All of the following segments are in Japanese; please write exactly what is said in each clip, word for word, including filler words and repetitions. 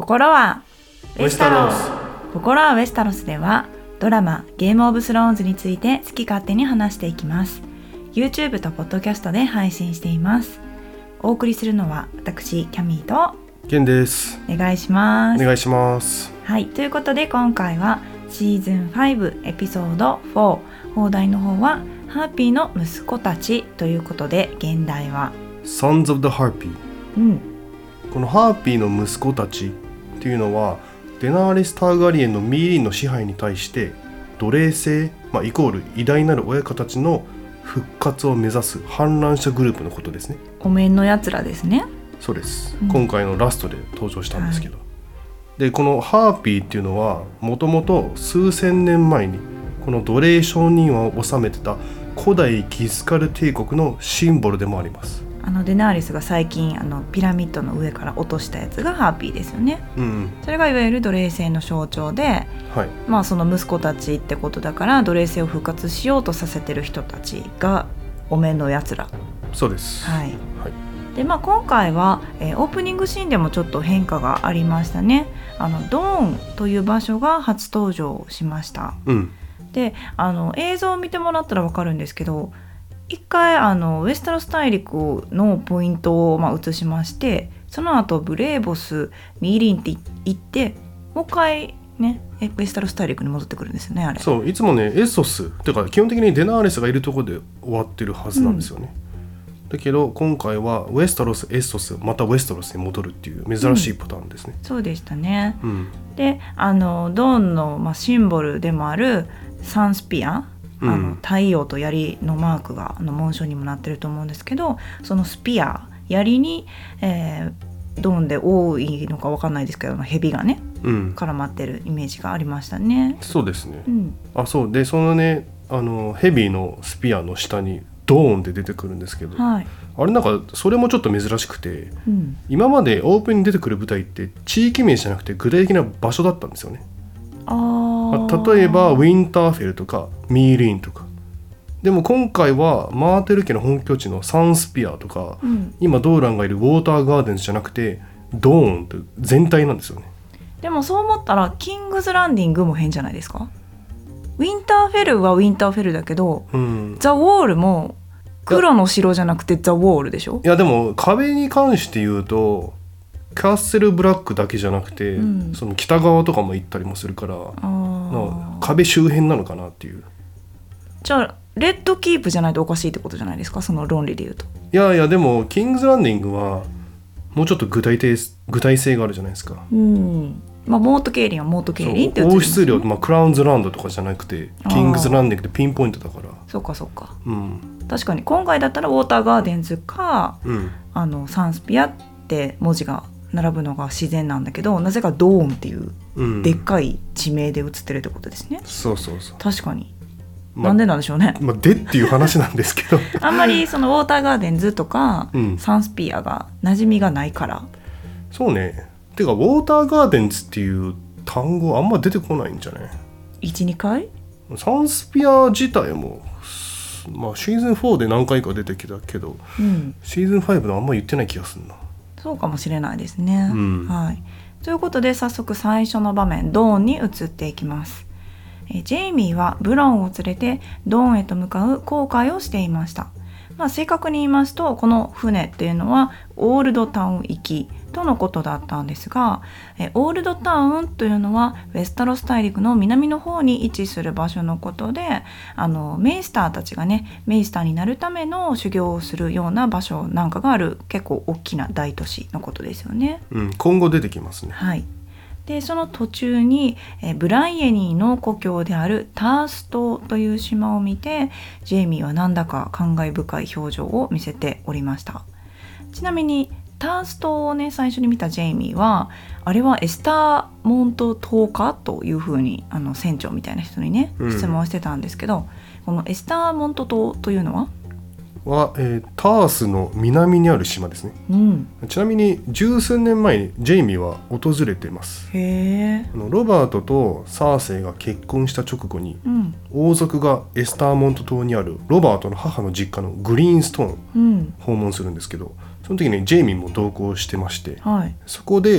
心はウェスタロス。 心はウェスタロスではドラマゲームオブスローンズについて好き勝手に話していきます。 YouTube とポッドキャストで配信しています。お送りするのは私キャミーとケンです。 お願いします。 お願いします。 はい、ということで今回はシーズンファイブエピソードフォー、放題の方はハーピーの息子たちということで、現代は Sons of the Harpy、 うん、 このハーピーの息子たちっていうのはデナーレス・ターガリエンのミーリンの支配に対して奴隷制、まあ、イコール偉大なる親子たちの復活を目指す反乱者グループのことですね。 お面のやつらですね。 そうです、 うん、 今回のラストで登場したんですけど、はい、でこのハーピーっていうのはもともと数千年前にこの奴隷商人案を治めてた古代ギスカル帝国のシンボルでもあります。 あのデナーリスが最近あのピラミッドの上から落としたやつがハーピーですよね、 うん、 それがいわゆる奴隷制の象徴で、 はい、まあその息子たちってことだから奴隷制を復活しようとさせてる人たちがお面のやつら。 そうです、 はい、 はい。 でまあ、今回は、えー、オープニングシーンでもちょっと変化がありましたね。あのドーンという場所が初登場しました、 うん、 であの映像を見てもらったら分かるんですけど、一回あのウェスタロス大陸のポイントを、まあ、移しまして、その後ブレーボス、ミーリンって行ってもう一回ねウェスタロス大陸に戻ってくるんですよね。あれそういつもねエソスってか基本的にデナーレスがいるところで終わってるはずなんですよね、うん、だけど今回はウェスタロス、エソス、またウェスタロスに戻るっていう珍しいパターンですね、 うん、そうでしたね、 うん、 であのドーンの、まあ、シンボルでもあるサンスピア、あの、うん、太陽と槍のマークがあの紋章にもなってると思うんですけど、そのスピア槍に、えー、ドーンで多いのか分かんないですけど蛇がね、うん、絡まってるイメージがありましたね。 そうですね、 うん、 あそうでそのねあの蛇のスピアの下にドーンって出てくるんですけど、はい、あれなんかそれもちょっと珍しくて、うん、今までオープンに出てくる舞台って地域名じゃなくて具体的な場所だったんですよね。 あ例えばウィンターフェルとかミーリンとか。でも今回はマーテル家の本拠地のサンスピアとか、うん、今ドーランがいるウォーターガーデンズじゃなくてドーンって全体なんですよね。 でもそう思ったらキングズランディングも変じゃないですか。ウィンターフェルはウィンターフェルだけど、うん、ザ・ウォールも黒の城じゃなくてザ・ウォールでしょ。 いやでも壁に関して言うとキャッスルブラックだけじゃなくて、うん、その北側とかも行ったりもするから、あ壁周辺なのかなっていう。 じゃあレッドキープじゃないとおかしいってことじゃないですか、その論理で言うと。 いやいやでもキングズランディングはもうちょっと具体的具体性があるじゃないですか、 うんまあ、モートケイリンはモートケイリンって言って王室領、まあ、クラウンズランドとかじゃなくてキングズランディングってピンポイントだから。 そうかそうか、 うん、 確かに今回だったらウォーターガーデンズか、うん、あのサンスピアって文字が並ぶのが自然なんだけど、なぜかドーンっていうでっかい地名で写ってるってことですね、うん、そうそうそう確かに、ま、なんでなんでしょうね、 まあ、でっていう話なんですけどあんまりそのウォーターガーデンズとか、うん、サンスピアが馴染みがないから。そうね、 てかウォーターガーデンズっていう単語あんま出てこないんじゃない？ いち、にかいサンスピア自体も、まあ、シーズンフォーで何回か出てきたけど、うん、シーズンファイブであんま言ってない気がするな。 そうかもしれないですね、 うんはい、ということで早速最初の場面ドーンに移っていきます。えジェイミーはブロンを連れてドーンへと向かう航海をしていました。まあ、正確に言いますとこの船っていうのはオールドタウン行きとのことだったんですが、えオールドタウンというのはウェスタロス大陸の南の方に位置する場所のことで、あのメイスターたちがねメイスターになるための修行をするような場所なんかがある結構大きな大都市のことですよね、 うん、今後出てきますね。 はい。でその途中にえブライエニーの故郷であるタース島という島を見てジェイミーはなんだか感慨深い表情を見せておりました。ちなみにタース島をね最初に見たジェイミーはあれはエスターモント島かというふうにあの船長みたいな人にね質問してたんですけど、うん、このエスターモント島というのはは、えー、タースの南にある島ですね、うん、ちなみに十数年前にジェイミーは訪れてます。 へあのロバートとサーセイが結婚した直後に、うん、王族がエスターモント島にあるロバートの母の実家のグリーンストーン訪問するんですけど、その時にジェイミーも同行してまして、はい、そこで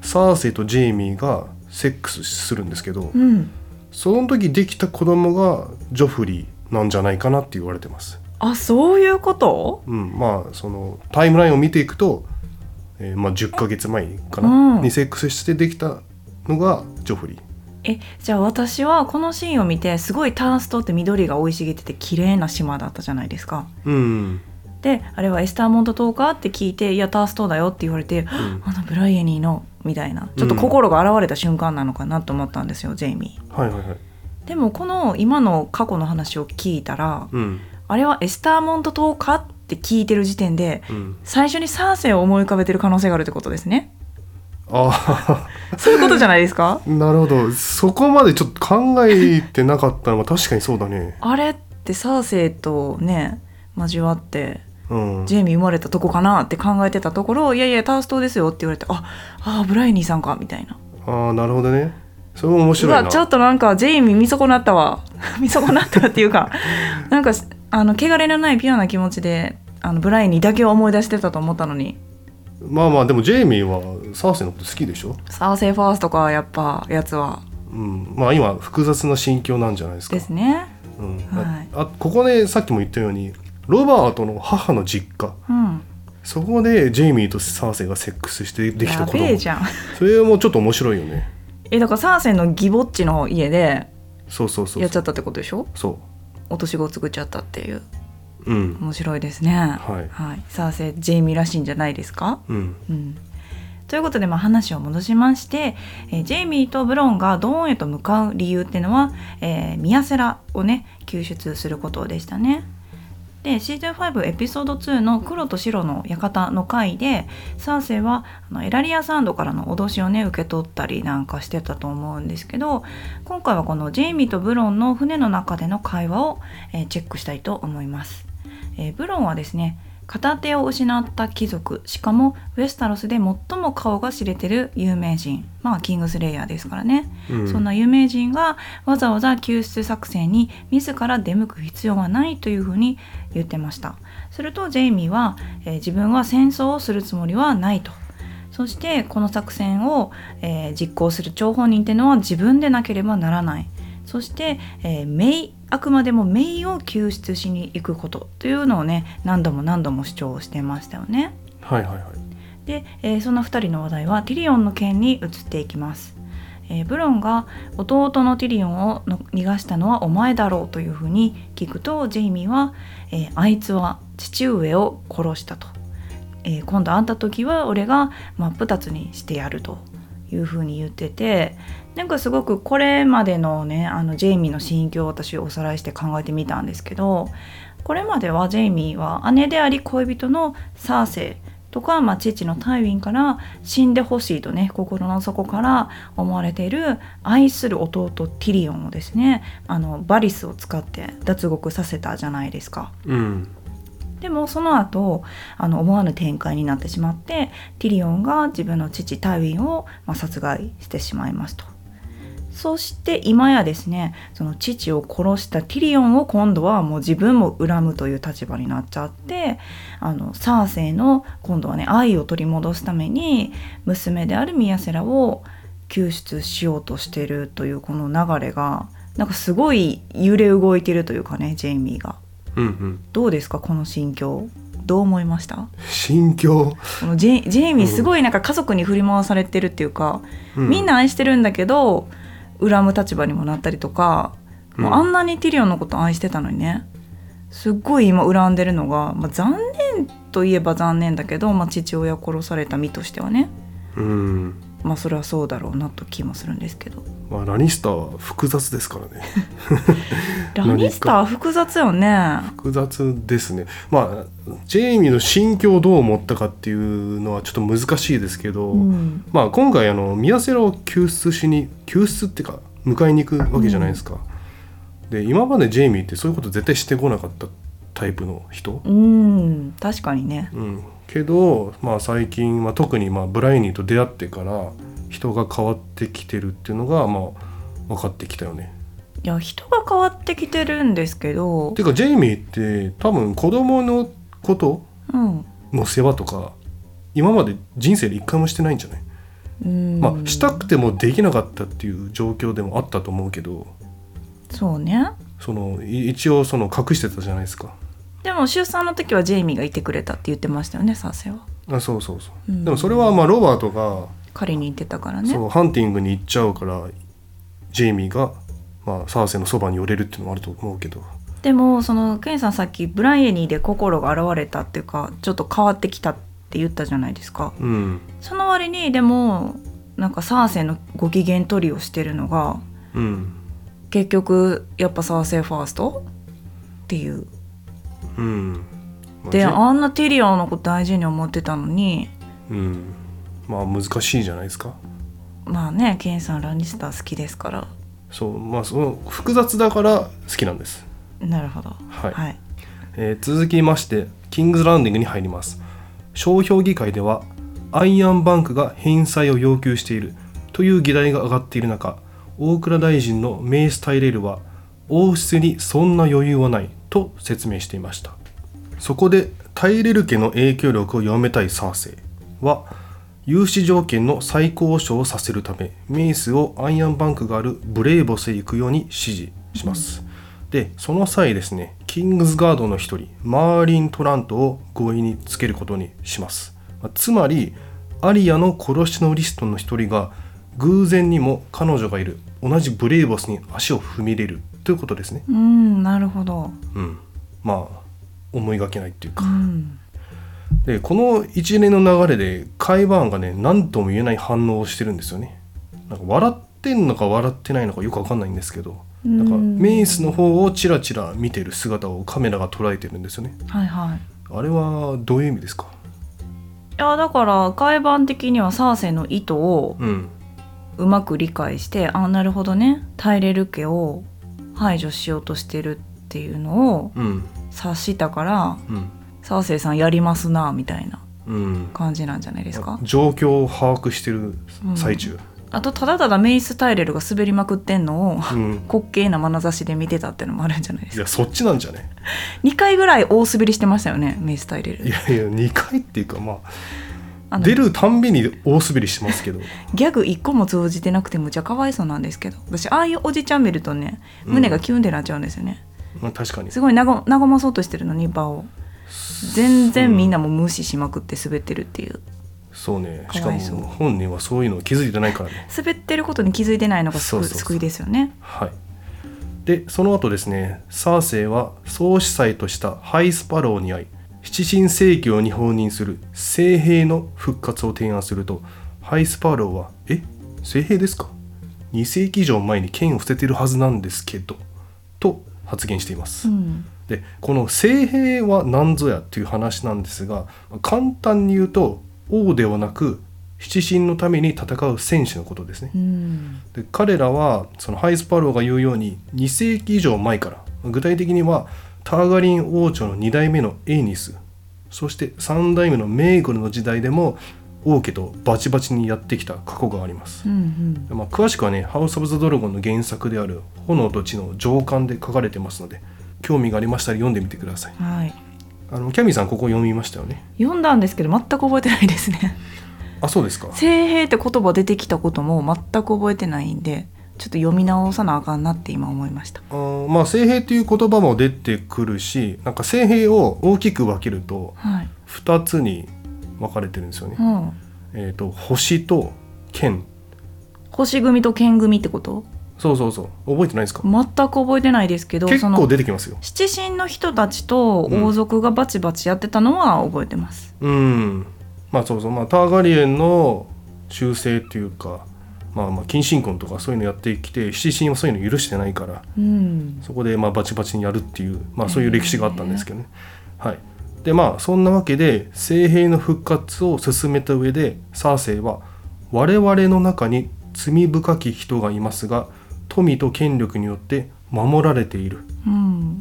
サーセイとジェイミーがセックスするんですけど、 うん、 その時できた子供がジョフリーなんじゃないかなって言われてます。 あ、そういうこと？ うん、まあそのタイムラインを見ていくと、えーまあ、じゅっかげつまえかな、 うん、 にセックスしてできたのがジョフリー。 え、じゃあ私はこのシーンを見てすごいターストって緑が生い茂ってて綺麗な島だったじゃないですか。 うん、 であれはエスターモント島かって聞いて、いやターストだよって言われて、うん、あのブライエニーのみたいなちょっと心が現れた瞬間なのかなと思ったんですよ、ジェイミー。 はいはいはい。 でもこの今の過去の話を聞いたら、 うん、 あれはエスターモント島かって聞いてる時点で、うん、最初にサーセイを思い浮かべてる可能性があるってことですね。 あそういうことじゃないですか。 なるほど、そこまでちょっと考えてなかったのは確かにそうだね。 あれってサーセイとね交わって、 うん、 ジェイミー生まれたとこかなって考えてたところ、いやいやターストですよって言われて、ああブライニーさんかみたいな。 ああなるほどね、それも面白いな。 ちょっとなんかジェイミー見損なったわ見損なったっていうかなんかあの汚れのないピュアな気持ちであのブライニーだけを思い出してたと思ったのに。 まあまあでもジェイミーはサーセイのこと好きでしょ。 サーセイファーストかやっぱやつは、 うん、まあ今複雑な心境なんじゃないですか。 ですね、 うん、 はい、 あ, あここでさっきも言ったようにロバートの母の実家、 うん、 そこでジェイミーとサーセイがセックスしてできた子供、 やべえじゃんそれもちょっと面白いよね。 えだからサーセイのギボッチの家でそうそうそうやっちゃったってことでしょ。 そう落とし子を作っちゃったっていう、 うん、 面白いですね。 はい、 はい、サーセイジェイミーらしいんじゃないですか。 うんうん、ということで、まあ、話を戻しまして、えー、ジェイミーとブロンがドーンへと向かう理由っていうのは、えー、ミアセラをね救出することでしたね。でシーズンファイブエピソードツーの黒と白の館の回でサーセイはあのエラリアサンドからの脅しをね受け取ったりなんかしてたと思うんですけど、今回はこのジェイミーとブロンの船の中での会話を、えー、チェックしたいと思います。えー、ブロンはですね片手を失った貴族、しかもウェスタロスで最も顔が知れてる有名人、まあキングスレイヤーですからね、うん、そんな有名人がわざわざ救出作戦に自ら出向く必要はないというふうに言ってました。するとジェイミーは、えー、自分は戦争をするつもりはないと。そしてこの作戦を、えー、実行する張本人っていうのは自分でなければならない。そして、えー、メイあくまでもメイを救出しに行くことというのをね何度も何度も主張してましたよね。 はいはいはい。 で、えー、そんなふたりの話題はティリオンの件に移っていきます。えー、ブロンが弟のティリオンをの逃がしたのはお前だろうというふうに聞くと、ジェイミーは、えー、あいつは父上を殺したと、えー、今度会った時は俺が真っ二つにしてやるというふうに言ってて、なんかすごくこれまでのねあのジェイミーの心境を私おさらいして考えてみたんですけど、これまではジェイミーは姉であり恋人のサーセイとか、まあ、父のタイウィンから死んでほしいとね心の底から思われている愛する弟ティリオンをですねあのバリスを使って脱獄させたじゃないですか。 うん、 でもその後あの思わぬ展開になってしまって、ティリオンが自分の父タイウィンを、まあ、殺害してしまいますと。そして今やですねその父を殺したティリオンを今度はもう自分も恨むという立場になっちゃって、あのサーセイの今度はね愛を取り戻すために娘であるミヤセラを救出しようとしているというこの流れがなんかすごい揺れ動いてるというかね、ジェイミーが、 うんうん、 どうですかこの心境、どう思いました？ 心境このジェイ、ジェイミーすごいなんか家族に振り回されてるっていうか、うん、みんな愛してるんだけど恨む立場にもなったりとか、うん、もうあんなにティリオンのこと愛してたのにねすっごい今恨んでるのが、まあ、残念といえば残念だけど、まあ、父親殺された身としてはね、 うん、 まあそれはそうだろうなと気もするんですけど、 まあ、ラニスターは複雑ですからねラニスター複雑よね。 複雑ですね。まあジェイミーの心境をどう思ったかっていうのはちょっと難しいですけど、うん、まあ今回あのミヤセラを救出しに救出っていうか迎えに行くわけじゃないですか、うん、で今までジェイミーってそういうこと絶対してこなかったタイプの人、 うん、確かにね、 うん、けど、まあ、最近、まあ、特にまあブライニーと出会ってから人が変わってきてるっていうのが、まあ、分かってきたよね。 いや人が変わってきてるんですけど、 てかジェイミーって多分子供のことの世話とか、うん、今まで人生で一回もしてないんじゃない？ うん、 まあしたくてもできなかったっていう状況でもあったと思うけど、 そうね。 その一応その隠してたじゃないですか。 でも出産の時はジェイミーがいてくれたって言ってましたよね、サーセイは。 あ、そうそうそう、 うん、 でもそれはまあロバートが狩りに行ってたからね。 そうハンティングに行っちゃうからジェイミーが、まあ、サーセイのそばに寄れるっていうのもあると思うけど、 でもそのケンさんさっきブライエニーで心が現れたっていうかちょっと変わってきたって言ったじゃないですか、 うん、 その割にでもなんかサーセイのご機嫌取りをしてるのが、 うん、 結局やっぱサーセイファーストっていう、 うんまあ、 であんなティリオのこと大事に思ってたのに、 うん、まあ難しいじゃないですか。 まあね、ケンさんラニスター好きですから。 そう、まあその複雑だから好きなんです。 なるほど、 はい、 はい、 えー、続きましてキングズランディングに入ります。商標議会ではアイアンバンクが返済を要求しているという議題が上がっている中、大蔵大臣のメイス・タイレールは王室にそんな余裕はないと説明していました。そこでタイレル家の影響力を弱めたいサーセイは融資条件の再交渉をさせるためメイスをアイアンバンクがあるブレイボスへ行くように指示します、うん、でその際ですね、キングズガードの一人マーリン・トラントを合意につけることにします。つまりアリアの殺しのリストの一人が偶然にも彼女がいる同じブレイボスに足を踏み入れるということですね。 うん、なるほど、 うん、まあ思いがけないっていうか、 うん、 でこの一連の流れでカイバーンがね何とも言えない反応をしてるんですよね。なんか笑ってんのか笑ってないのかよく分かんないんですけど、なんかメイスの方をチラチラ見てる姿をカメラが捉えてるんですよね。 はいはい。 あれはどういう意味ですか？ いやだから海版的にはサーセイの意図をうんうまく理解して、あなるほどね、タイレル家を排除しようとしてるっていうのを察したから、 うん、 サーセイさんやりますなみたいなうん感じなんじゃないですか。 状況を把握してる最中、 うん、あとただただメイス・タイレルが滑りまくってんのを、うん、滑稽な眼差しで見てたっていうのもあるんじゃないですか。 いやそっちなんじゃね。 にかいぐらい大滑りしてましたよね、メイス・タイレル。 いやいやにかいっていうかまあ出るたんびに大滑りしてますけどギャグいっこも通じてなくてむちゃかわいそうなんですけど、私ああいうおじちゃん見るとね胸がキュンってなっちゃうんですよね、 うんまあ、確かにすごい和まそうとしてるのに場を全然みんなも無視しまくって滑ってるっていう、 そうね、しかわいそう。 かも本人はそういうの気づいてないからね。 滑ってることに気づいてないのがそうそうそう救いですよね。 はい。でその後ですね、サーセイは総司祭としたハイスパローに会い七神聖教に放任する聖兵の復活を提案すると、ハイスパローはえ聖兵ですか、に世紀以上前に剣を捨ててるはずなんですけどと発言しています、 うん、 でこの聖兵は何ぞやっていう話なんですが、簡単に言うと王ではなく七神のために戦う戦士のことですね、 うん、 で彼らはそのハイスパローが言うようにに世紀以上前から、具体的にはターガリン王朝のに代目のエイニス、そしてさん代目のメーゴルの時代でも王家とバチバチにやってきた過去があります、 うんうん、 まあ、詳しくはねハウス・オブ・ザ・ドラゴンの原作である炎と血の上巻で書かれてますので、興味がありましたら読んでみてください、 はい、 あのキャミーさんここ読みましたよね。 読んだんですけど全く覚えてないですね。 あ、そうですか。 聖兵って言葉出てきたことも全く覚えてないんで、ちょっと読み直さなあかんなって今思いました。 あ、まあ聖兵っていう言葉も出てくるし、なんか聖兵を大きく分けるとふたつに分かれてるんですよね、 はい、 えーと、星と剣。 星組と剣組ってこと？ そうそうそう、覚えてないですか？ 全く覚えてないですけど、 結構出てきますよ。 七神の人たちと王族がバチバチやってたのは覚えてます。 うん、うん、まあそうそう、まあターガリエンの忠誠っていうか、まあまあ近親婚とかそういうのやってきて、七神はそういうの許してないから、 うん、 そこでまあバチバチにやるっていう、まあそういう歴史があったんですけどね。はい。でまあそんなわけで聖兵の復活を進めた上で、サーセイは我々の中に罪深き人がいますが富と権力によって守られている、 うん、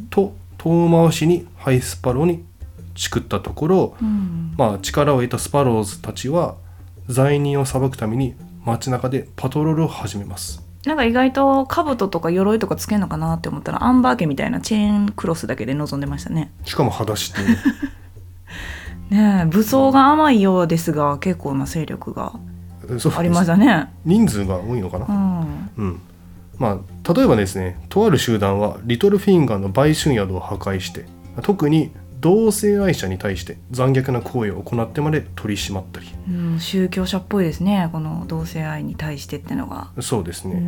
と遠回しにハイスパローにチクったところ、 うん、まあ、力を得たスパローズたちは罪人を裁くために街中でパトロールを始めます。 なんか意外と兜とか鎧とかつけるのかなって思ったら、アンバー家みたいなチェーンクロスだけで臨んでましたね。 しかも裸足っていうねえ、武装が甘いようですが結構な勢力が。 ありましたね。 人数が多いのかな、 うんうんまあ、例えばですね、とある集団はリトルフィンガーの売春宿を破壊して、特に同性愛者に対して残虐な行為を行ってまで取り締まったり、 うん、宗教者っぽいですね、この同性愛に対してってのが。 そうですね、 うん、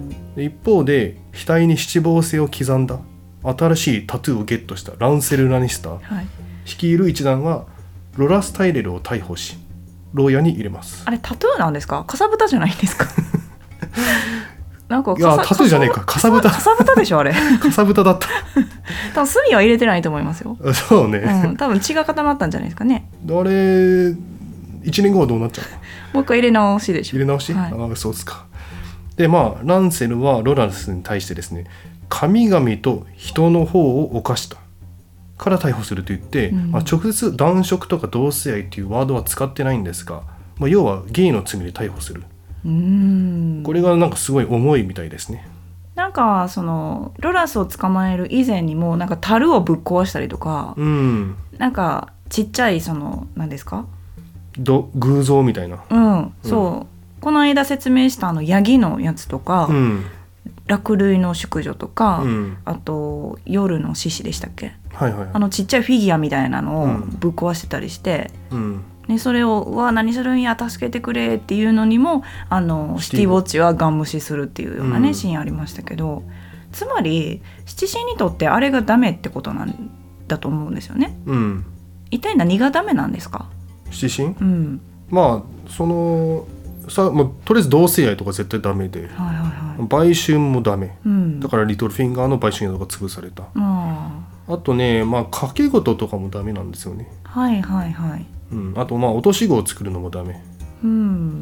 で一方で額に七芒星を刻んだ新しいタトゥーをゲットしたランセル・ラニスター、 はい、 率いる一団はロラスタイレルを逮捕し牢屋に入れます。 あれタトゥーなんですか？かさぶたじゃないんですか？なんかいやタトゥーじゃねえか、かさぶたかさぶたでしょあれ。 かさぶただった多分墨は入れてないと思いますよ。 そうね、 うん、多分血が固まったんじゃないですかね。 あれいちねんごはどうなっちゃうの？ もう一回入れ直しでしょ。 入れ直し、 はい、 ああそうですか。でまあランセルはロラスに対してですね、神々と人の方を犯したから逮捕すると言って、うんまあ、直接男色とか同性愛っていうワードは使ってないんですが、まあ、要はゲイの罪で逮捕する。うーんこれがなんかすごい重いみたいですね。 なんかそのロラスを捕まえる以前にもなんか樽をぶっ壊したりとか、うん、なんかちっちゃいその何ですかど偶像みたいな、 うん、うん、そうこの間説明したあのヤギのやつとか、うん、落雷の淑女とか、うん、あと夜の獅子でしたっけ、はいはい、あのちっちゃいフィギュアみたいなのをぶっ壊してたりして、うんね、それをうわ何するんや助けてくれっていうのにもあのシティウォッチはガン無視するっていうようなね、うん、シーンありましたけど、つまり七神にとってあれがダメってことなんだと思うんですよね、うん、一体何がダメなんですか七神、うん、まあそのさ、まあ、とりあえず同性愛とか絶対ダメで、はいはいはい、売春もダメ、うん、だからリトルフィンガーの売春宿が潰された、あ, あとね、まあ、賭け事とかもダメなんですよね。 はいはいはい、 うん、あとまあ落とし子を作るのもダメ、うん、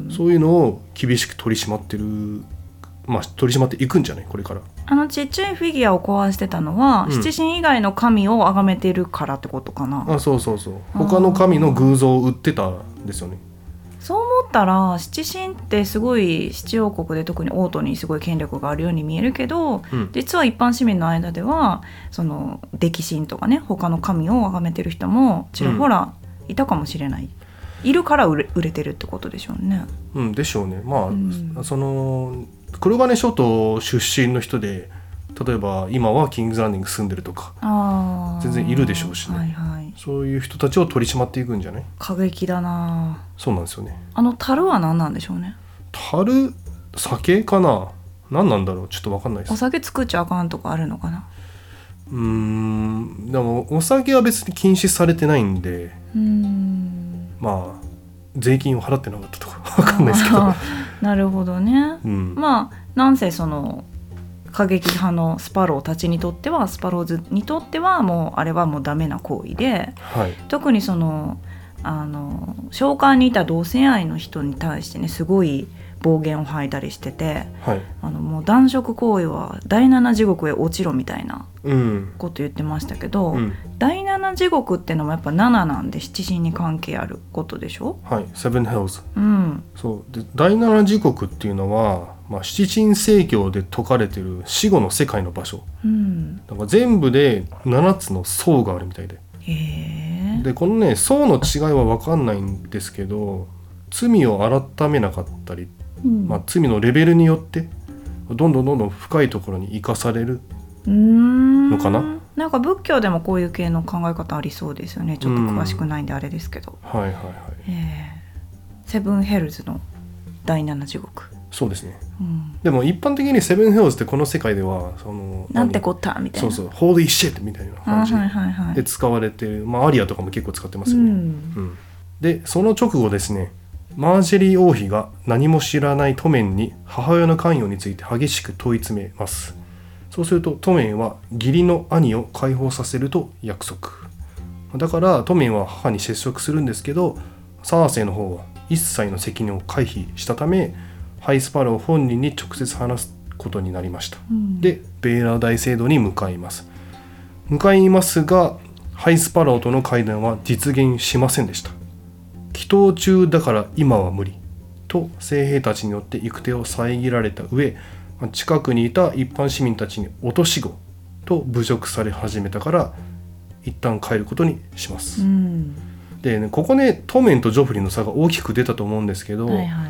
そういうのを厳しく取り締まってる、まあ取り締まっていくんじゃないこれから。 あのちっちゃいフィギュアを壊してたのは、うん、七神以外の神を崇めてるからってことかな。 あそうそうそう、他の神の偶像を売ってたんですよね。 そう思ったら七神ってすごい七王国で特に王都にすごい権力があるように見えるけど、うん、実は一般市民の間ではその溺神とかね他の神を崇めてる人もちらほらいたかもしれない、うん、いるから売れ、売れてるってことでしょうね。 うんでしょうね。まあ、うん、その黒金諸島出身の人で例えば今はキングズランディング住んでるとか全然いるでしょうしね、はいはい、そういう人たちを取り締まっていくんじゃない？ 過激だな。 そうなんですよね。 あの樽は何なんでしょうね。 樽酒かな、何なんだろう、ちょっと分かんないです。 お酒作っちゃあかんとかあるのかな。 うーんでもお酒は別に禁止されてないんで、うーんまあ税金を払ってなかったとか分かんないですけどなるほどね、うん、まあなんせその過激派のスパローたちにとってはスパローズにとってはもうあれはもうダメな行為で、はい、特にそのあの召喚にいた同性愛の人に対してねすごい暴言を吐いたりしてて、はい、あのもう男色行為は第七地獄へ落ちろみたいなこと言ってましたけど、うん、第七地獄ってのもやっぱなななんで七神に関係あることでしょ。 はい、セブンヘルズ、うん、そうで第七地獄っていうのは、まあ、七神聖教で説かれてる死後の世界の場所、うん、だから全部でななつの層があるみたいで、へでこのね層の違いは分かんないんですけど、罪を改めなかったり、うんまあ、罪のレベルによってどんどんどんどん深いところに生かされるのかな。んなんか仏教でもこういう系の考え方ありそうですよね。ちょっと詳しくないんであれですけど、 はいはいはい、 えー、セブンヘルズの第七地獄。 そうですね、うん、でも一般的にセブンヘルズってこの世界ではそのなんてこったみたいな、 そうそうホーリーシェットみたいな感じで使われてる、まあ、アリアとかも結構使ってますよね、うんうん、でその直後ですね、マージェリー王妃が何も知らないトメンに母親の関与について激しく問い詰めます。そうするとトメンは義理の兄を解放させると約束。だからトメンは母に接触するんですけど、サーセイの方は一切の責任を回避したためハイスパロー本人に直接話すことになりました、うん、でベーラー大聖堂に向かいます向かいますがハイスパローとの会談は実現しませんでした。祈祷中だから今は無理と聖兵たちによって行く手を遮られた上、近くにいた一般市民たちに落とし子と侮辱され始めたから一旦帰ることにします、うん、で、ね、ここねトメンとジョフリーの差が大きく出たと思うんですけど、はいはいはい、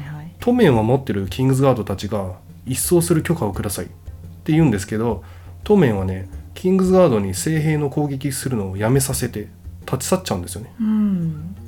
トメンを持ってるキングズガードたちが一掃する許可をくださいって言うんですけど、トメンはねキングズガードに聖兵の攻撃するのをやめさせて立ち去っちゃうんですよね、 うん、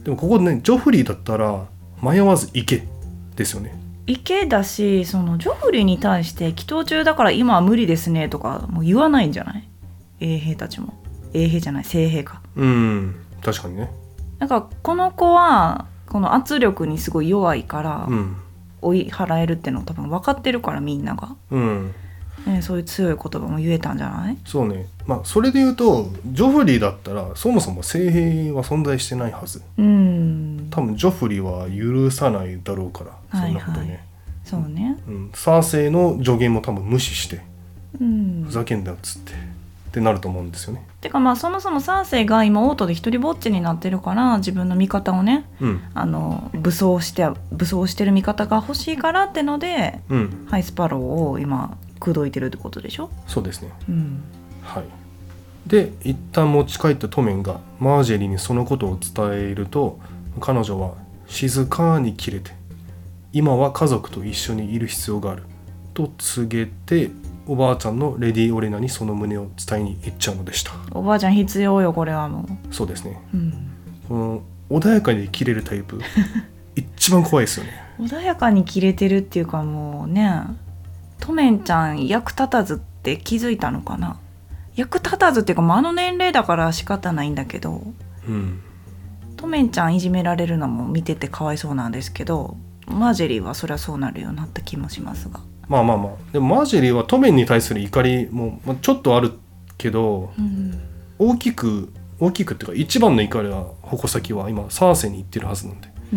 でもここでねジョフリーだったら迷わず行けですよね。 池だし、そのジョフリーに対して祈祷中だから今は無理ですねとかもう言わないんじゃない？衛兵たちも。衛兵じゃない、聖兵か。 うん確かにね。 なんかこの子はこの圧力にすごい弱いから、 うん、 追い払えるってのを多分分かってるからみんなが、 うんね、そういう強い言葉も言えたんじゃない？ そうね。まあそれで言うとジョフリーだったらそもそも聖兵は存在してないはず。 うん多分ジョフリーは許さないだろうから、そんなことね、はいはい、 そうね、 うん、サーセイの助言も多分無視して、 うん、 ふざけんなっつってってなると思うんですよね。 てかまあそもそもサーセイが今オートで一人ぼっちになってるから自分の味方をね、うん、あの武装して武装してる味方が欲しいからってので、うん、ハイスパローを今口説いてるってことでしょ。 そうですね、 うん、 はい。で一旦持ち帰ったトメンがマージェリーにそのことを伝えると、彼女は静かに切れて今は家族と一緒にいる必要があると告げて、おばあちゃんのレディオレナにその旨を伝えに行っちゃうのでした。 おばあちゃん必要よこれはもう。そうですね、 うん、 この穏やかに切れるタイプ一番怖いですよね。 穏やかに切れてるっていうかもうね、トメンちゃん役立たずって気づいたのかな。役立たずっていうか、まあ、あの年齢だから仕方ないんだけど、 うん、 トメンちゃんいじめられるのも見ててかわいそうなんですけど、マージェリーはそりゃそうなるようになった気もしますが、 まあまあまあでもマージェリーはトメンに対する怒りも、まあ、ちょっとあるけど、うん、大きく大きくっていうか一番の怒りは矛先は今サーセイに行ってるはずなんで、うん、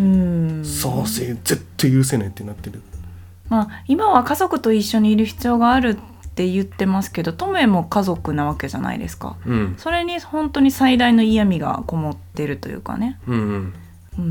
サーセイ絶対許せないってなってる。 まあ今は家族と一緒にいる必要があるって言ってますけど、トメも家族なわけじゃないですか、うん、それに本当に最大の嫌味がこもってるというかね、うんうんうん、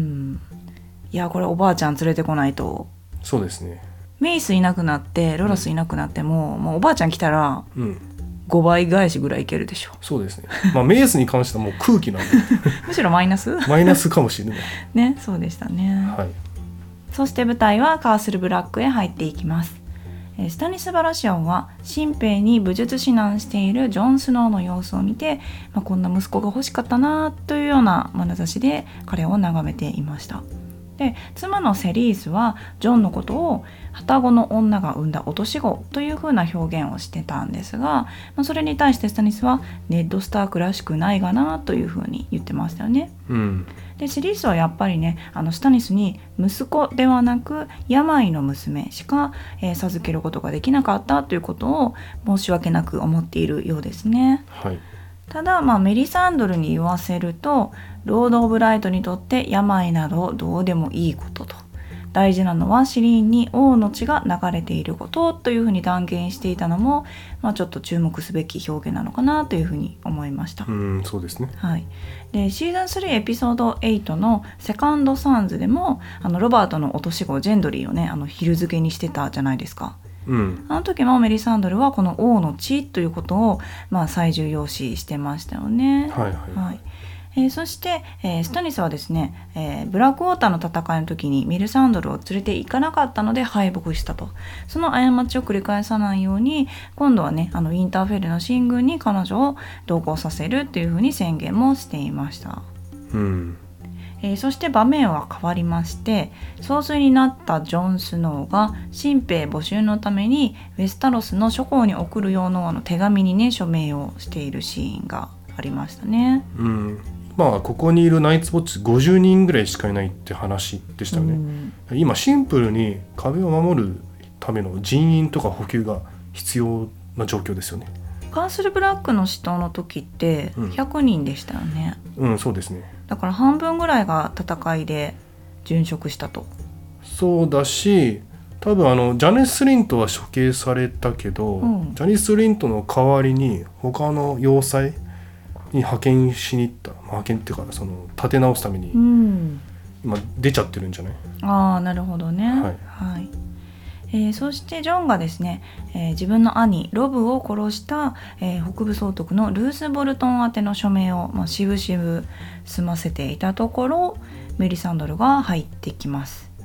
いやこれおばあちゃん連れてこないと。 そうですね。 メイスいなくなってロラスいなくなっても、うん、もうおばあちゃん来たらごばい返しぐらいいけるでしょ。 そうですね、まあ、メイスに関してはもう空気なんでむしろマイナスマイナスかもしれないね。そうでしたね、はい。そして舞台はカースルブラックへ入っていきます。スタニス・バラシオンは新兵に武術指南しているジョン・スノーの様子を見て、まあ、こんな息子が欲しかったなというような眼差しで彼を眺めていました。で妻のセリースはジョンのことを旅籠の女が産んだ落とし子という風な表現をしてたんですが、まあ、それに対してスタニスはネッド・スタークらしくないがなという風に言ってましたよね、うん、でセリースはやっぱりね、あのスタニスに息子ではなく病の娘しか、えー、授けることができなかったということを申し訳なく思っているようですね、はい。ただ、まあ、メリサンドルに言わせると、ロード・オブ・ライトにとって病などどうでもいいことと、大事なのはシリーンに王の血が流れていることというふうに断言していたのも、まあ、ちょっと注目すべき表現なのかなというふうに思いました。 うん、そうですね、 はい。でシーズンスリーエピソードエイトのセカンドサンズでも、あのロバートの落とし子ジェンドリーをね、あのヒル付けにしてたじゃないですか。うん、あの時もメリサンドルはこの王の血ということを、まあ、最重要視してましたよね。はいはいはい。えー、そして、えー、スタニスはですね、えー、ブラックウォーターの戦いの時にメリサンドルを連れて行かなかったので敗北したと。その過ちを繰り返さないように、今度はね、あのウィンターフェルの進軍に彼女を同行させるっていうふうに宣言もしていました。うん。えー、そして場面は変わりまして、総帥になったジョン・スノーが新兵募集のためにウェスタロスの諸侯に送る用のあの手紙にね、署名をしているシーンがありましたね。 うん、まあここにいるナイツ・ウォッチごじゅうにんぐらいしかいないって話でしたよね。うん、今シンプルに壁を守るための人員とか補給が必要な状況ですよね。 カースルブラックの死闘の時ってひゃくにんでしたよね。 うん、うん、そうですね。 だから半分ぐらいが戦いで殉職したと。 そうだし、多分あのジャネス・リントは処刑されたけど、うん、ジャネス・リントの代わりに他の要塞に派遣しに行った、まあ、派遣っていうかその立て直すために、うん、今出ちゃってるんじゃない？ ああ、なるほどね。はい、はい。えー、そしてジョンがですね、えー、自分の兄ロブを殺した、えー、北部総督のルース・ボルトン宛ての署名を、まあ、しぶしぶ済ませていたところ、メリサンドルが入ってきます。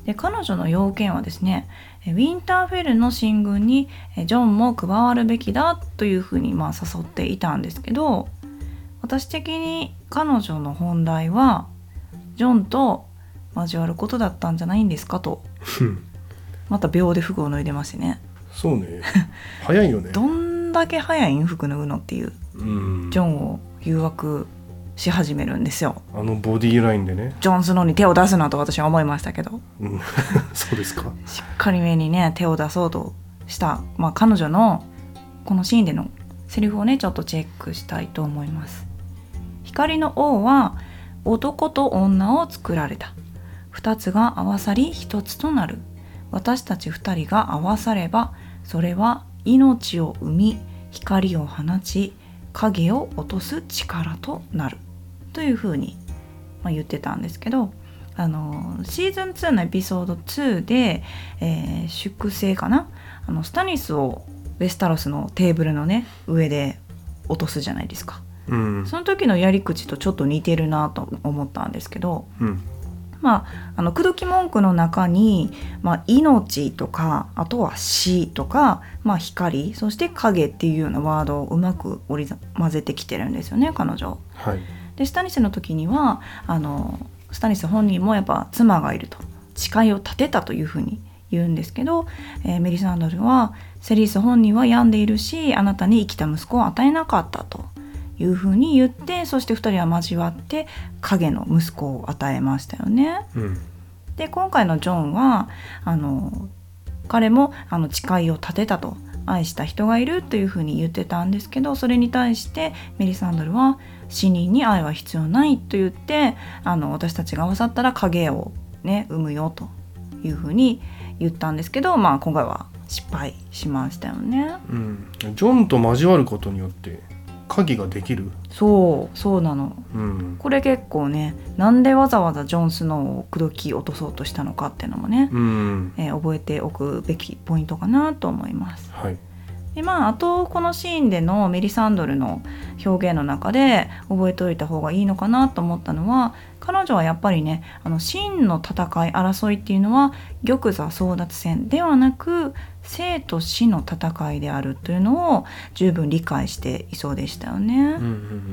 で彼女の要件はですね、ウィンターフェルの進軍にジョンも加わるべきだというふうにまあ誘っていたんですけど、私的に彼女の本題はジョンと交わることだったんじゃないんですかとまた秒で服を脱いでましてね。 そうね早いよね。 どんだけ早いん服脱ぐのっていう、 うん、 ジョンを誘惑し始めるんですよ。 あのボディーラインでね。 ジョンスノーに手を出すなと私は思いましたけど、 うん、そうですか。 しっかりめにね手を出そうとした、まあ、彼女のこのシーンでのセリフをねちょっとチェックしたいと思います。光の王は男と女を作られた。二つが合わさり一つとなる。私たち二人が合わさればそれは命を生み光を放ち影を落とす力となるというふうに、まあ、言ってたんですけど、あのシーズンツーのエピソードツーで、えー、粛清かな、あのスタニスをウェスタロスのテーブルのね上で落とすじゃないですか、 うん、 その時のやり口とちょっと似てるなと思ったんですけど、 うん、 まあ、あの口説き文句の中に、まあ、命とかあとは死とか、まあ、光そして影っていうようなワードをうまく織り交ぜてきてるんですよね彼女。 はい、 でスタニスの時にはあのスタニス本人もやっぱ妻がいると誓いを立てたというふうに言うんですけど、えー、メリサンドルはセリース本人は病んでいるしあなたに生きた息子を与えなかったというふうに言って、そしてふたりは交わって影の息子を与えましたよね、 うん、 で今回のジョンはあの彼もあの誓いを立てたと、愛した人がいるというふうに言ってたんですけど、それに対してメリサンドルは死人に愛は必要ないと言って、あの私たちが合わさったら影をね生むよというふうに言ったんですけど、まあ今回は失敗しましたよね、 うん、ジョンと交わることによって影ができる。 そうそうなの、 うん、 これ結構ね、なんでわざわざジョン・スノーを口説き落とそうとしたのかっていうのもね、 うん、 えー、覚えておくべきポイントかなと思います。 はい。 でまあ、あとこのシーンでのメリサンドルの表現の中で覚えておいた方がいいのかなと思ったのは、彼女はやっぱりね、あの真の戦い争いっていうのは玉座争奪戦ではなく生と死の戦いであるというのを十分理解していそうでしたよね、うんうんうん、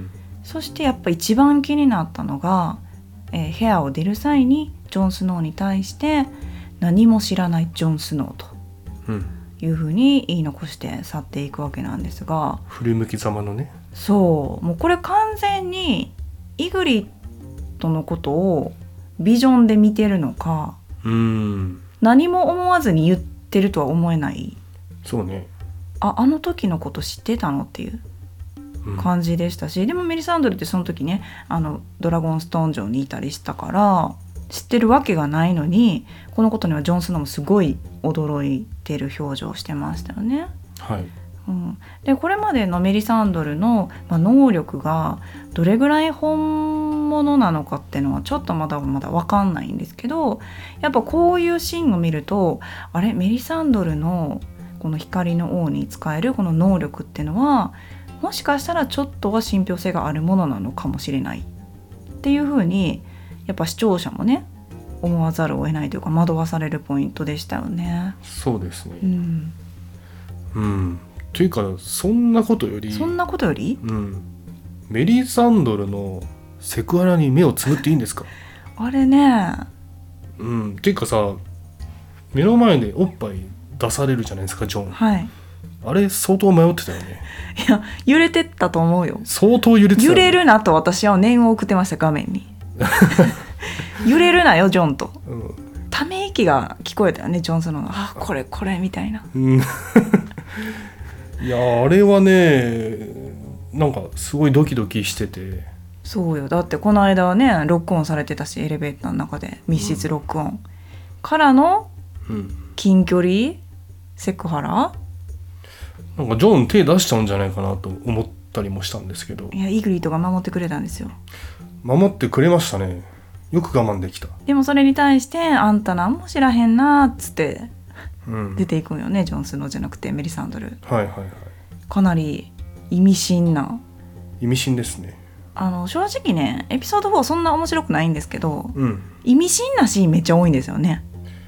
そしてやっぱ一番気になったのが、えー、部屋を出る際にジョン・スノーに対して何も知らないジョン・スノーと、うんいう風に言い残して去っていくわけなんですが、 振り向きざまのね、 そうもうこれ完全にイグリッドのことをビジョンで見てるのか、 うーん何も思わずに言ってるとは思えない。 そうね、 ああの時のこと知ってたのっていう感じでしたし、うん、でもメリサンドルってその時ね、あのドラゴンストーン城にいたりしたから知ってるわけがないのに、このことにはジョン・スノーもすごい驚いてる表情をしてましたよね。 はい、 うん、でこれまでのメリサンドルの、まあ、能力がどれぐらい本物なのかっていうのはちょっとまだまだ分かんないんですけど、やっぱこういうシーンを見ると、あれメリサンドルのこの光の王に使えるこの能力っていうのはもしかしたらちょっとは信憑性があるものなのかもしれないっていう風にやっぱ視聴者もね思わざるを得ないというか惑わされるポイントでしたよね。 そうですね、 うんうん、というかそんなことよりそんなことより、 うん、メリサンドルのセクハラに目をつむっていいんですか？あれね、 うん、っていうかさ、目の前でおっぱい出されるじゃないですかジョン、 はい、 あれ相当迷ってたよね。 いや揺れてったと思うよ。 相当揺れてた、ね、 揺れるなと私は念を送ってました画面に揺れるなよジョンと、うん、ため息が聞こえたよねジョンスの、あこれこれみたいな、うん、 いやあれはねなんかすごいドキドキしてて。 そうよ、だってこの間はねロックオンされてたし、エレベーターの中で密室ロックオン、うん、からの近距離セクハラ、 なんかジョン手出しちゃうんじゃないかなと思ったりもしたんですけど、 いやイグリットが守ってくれたんですよ。 守ってくれましたね。よく我慢できた。 でもそれに対してあんた何も知らへんなっつって、うん、出ていくんよねジョン・スノーじゃなくてメリサンドル。 はいはいはい。 かなり意味深な意味深ですね。 あの正直ねエピソードフォーそんな面白くないんですけど、 うん、 意味深なシーンめっちゃ多いんですよね。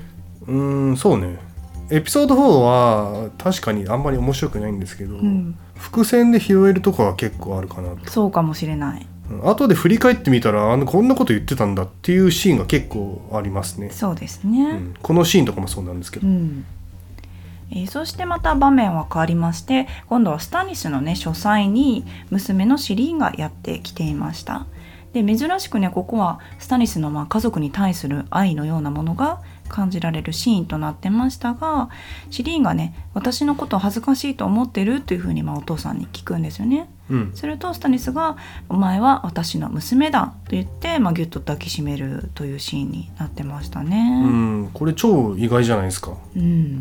うーんそうね、エピソードフォーは確かにあんまり面白くないんですけど、 うん、 伏線で拾えるとこは結構あるかなと。 そうかもしれない。 後で振り返ってみたらあのこんなこと言ってたんだっていうシーンが結構ありますね。 そうですね、 うん、このシーンとかもそうなんですけど、 うんえー、そしてまた場面は変わりまして、今度はスタニスのね書斎に娘のシリーンがやってきていました。で珍しくねここはスタニスのまあ家族に対する愛のようなものが感じられるシーンとなってましたが、シリーンがね私のことを恥ずかしいと思ってるというふうにまあお父さんに聞くんですよね。 うん、 するとスタニスがお前は私の娘だと言って、まあ、ギュッと抱きしめるというシーンになってましたね。 うん、これ超意外じゃないですか、 うん、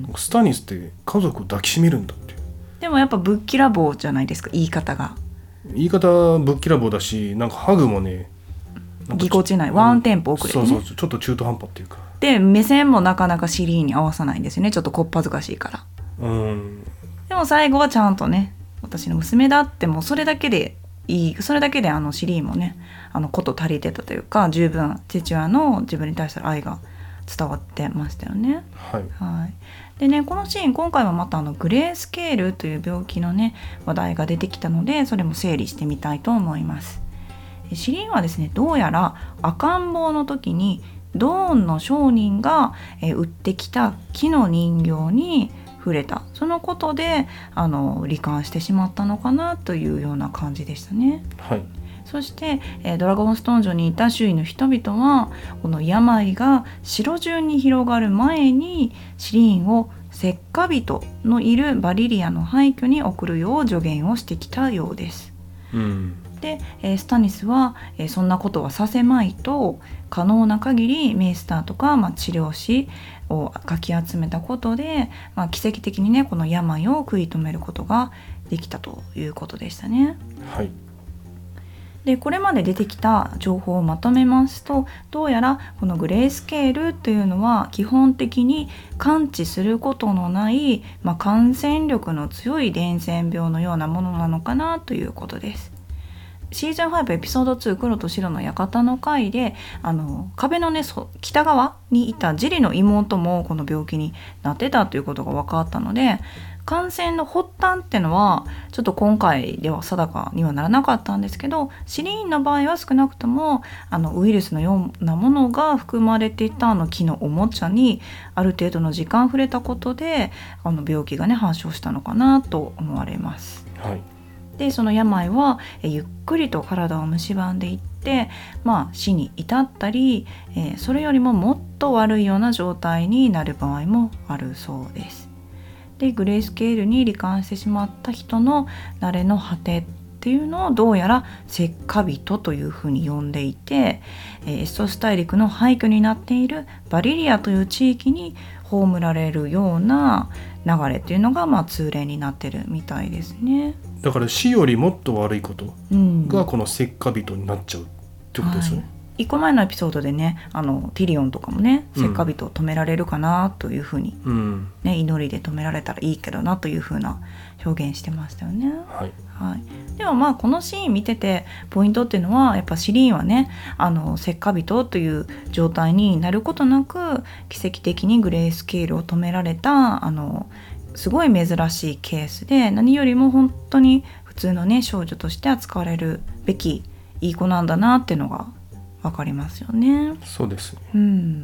スタニスって家族を抱きしめるんだって。 でもやっぱぶっきらぼうじゃないですか、言い方が。 言い方ぶっきらぼうだし、なんかハグもねぎこちない、ワンテンポ遅れてね、 そうそうちょっと中途半端っていうか、 で目線もなかなかシリーンに合わさないんですよね、ちょっとこっぱずかしいから。 うん、 でも最後はちゃんとね私の娘だって、もうそれだけでいい、それだけであのシリーンもねあのこと足りてたというか、十分父親の自分に対する愛が伝わってましたよね。 はい、 はい、でねこのシーン今回はまたあのグレースケールという病気のね話題が出てきたので、それも整理してみたいと思います。シリーンはですねどうやら赤ん坊の時にドーンの商人が売ってきた木の人形に触れた、そのことであの罹患してしまったのかなというような感じでしたね。 はい、 そして、えー、ドラゴンストーン城にいた周囲の人々はこの病が城中に広がる前にシリーンを石化人のいるバリリアの廃墟に送るよう助言をしてきたようです。 うん、 で、えー、スタニスは、えー、そんなことはさせまいと可能な限りメイスターとか、まあ、治療師をかき集めたことで、まあ、奇跡的にねこの病を食い止めることができたということでしたね。 はい、 でこれまで出てきた情報をまとめますと、どうやらこのグレースケールというのは基本的に完治することのない、まあ、感染力の強い伝染病のようなものなのかなということです。シーズンファイブエピソードツー黒と白の館の回であの壁のね北側にいたジリの妹もこの病気になってたということが分かったので、感染の発端ってのはちょっと今回では定かにはならなかったんですけど、シリーンの場合は少なくともあのウイルスのようなものが含まれていたあの木のおもちゃにある程度の時間触れたことであの病気がね発症したのかなと思われます。 はい、 でその病はえゆっくりと体を蝕んでいって、まあ、死に至ったり、えー、それよりももっと悪いような状態になる場合もあるそうです。でグレースケールに罹患してしまった人の慣れの果てっていうのをどうやら石化人というふうに呼んでいて、えー、エストス大陸の廃墟になっているバリリアという地域に葬られるような流れっていうのが、まあ、通例になってるみたいですね。 だから死よりもっと悪いことがこの石化人になっちゃうってことですよね。はい、 いっこまえのエピソードでねあのティリオンとかもね石化人を止められるかなというふうに、うんね、祈りで止められたらいいけどなというふうな表現してましたよね。 はいはい、でもまあこのシーン見ててポイントっていうのはやっぱシリーンはねあの石化人という状態になることなく奇跡的にグレースケールを止められたあのすごい珍しいケースで、何よりも本当に普通のね少女として扱われるべきいい子なんだなっていうのが分かりますよね。 そうですね、 うん、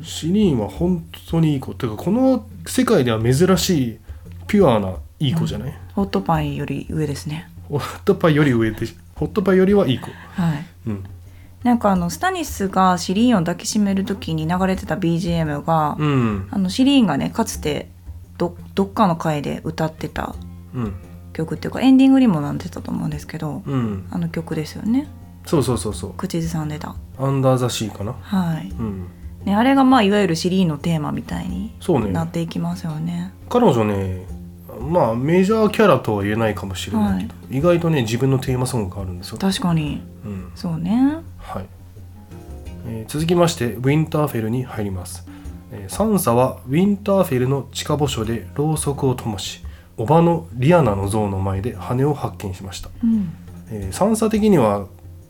シリーンは本当にいい子っていうかこの世界では珍しいピュアないい子じゃない、うん、 ホットパイより上ですね。 ホットパイより上でホットパイよりはいい子。 はい、 うん、 なんかあのスタニスがシリーンを抱きしめる時に流れてた ビージーエム が、 うん、 あのシリーンがねかつて ど, どっかの回で歌ってた曲っていうか、エンディングにもなってたと思うんですけど、うん、あの曲ですよね。 そうそうそうそう、 口ずさんでたアンダーザシーかな。 はい、 うんね、あれがまあいわゆるシリーンのテーマみたいになっていきますよね。 彼女ねまあメジャーキャラとは言えないかもしれないけど、はい、意外とね自分のテーマソングがあるんですよ。 確かに、うん、そうね。 はい、えー、続きましてウィンターフェルに入ります。えー、サンサはウィンターフェルの地下墓所でろうそくを灯し、叔母のリアナの像の前で羽を発見しました。うん、えー、サンサ的には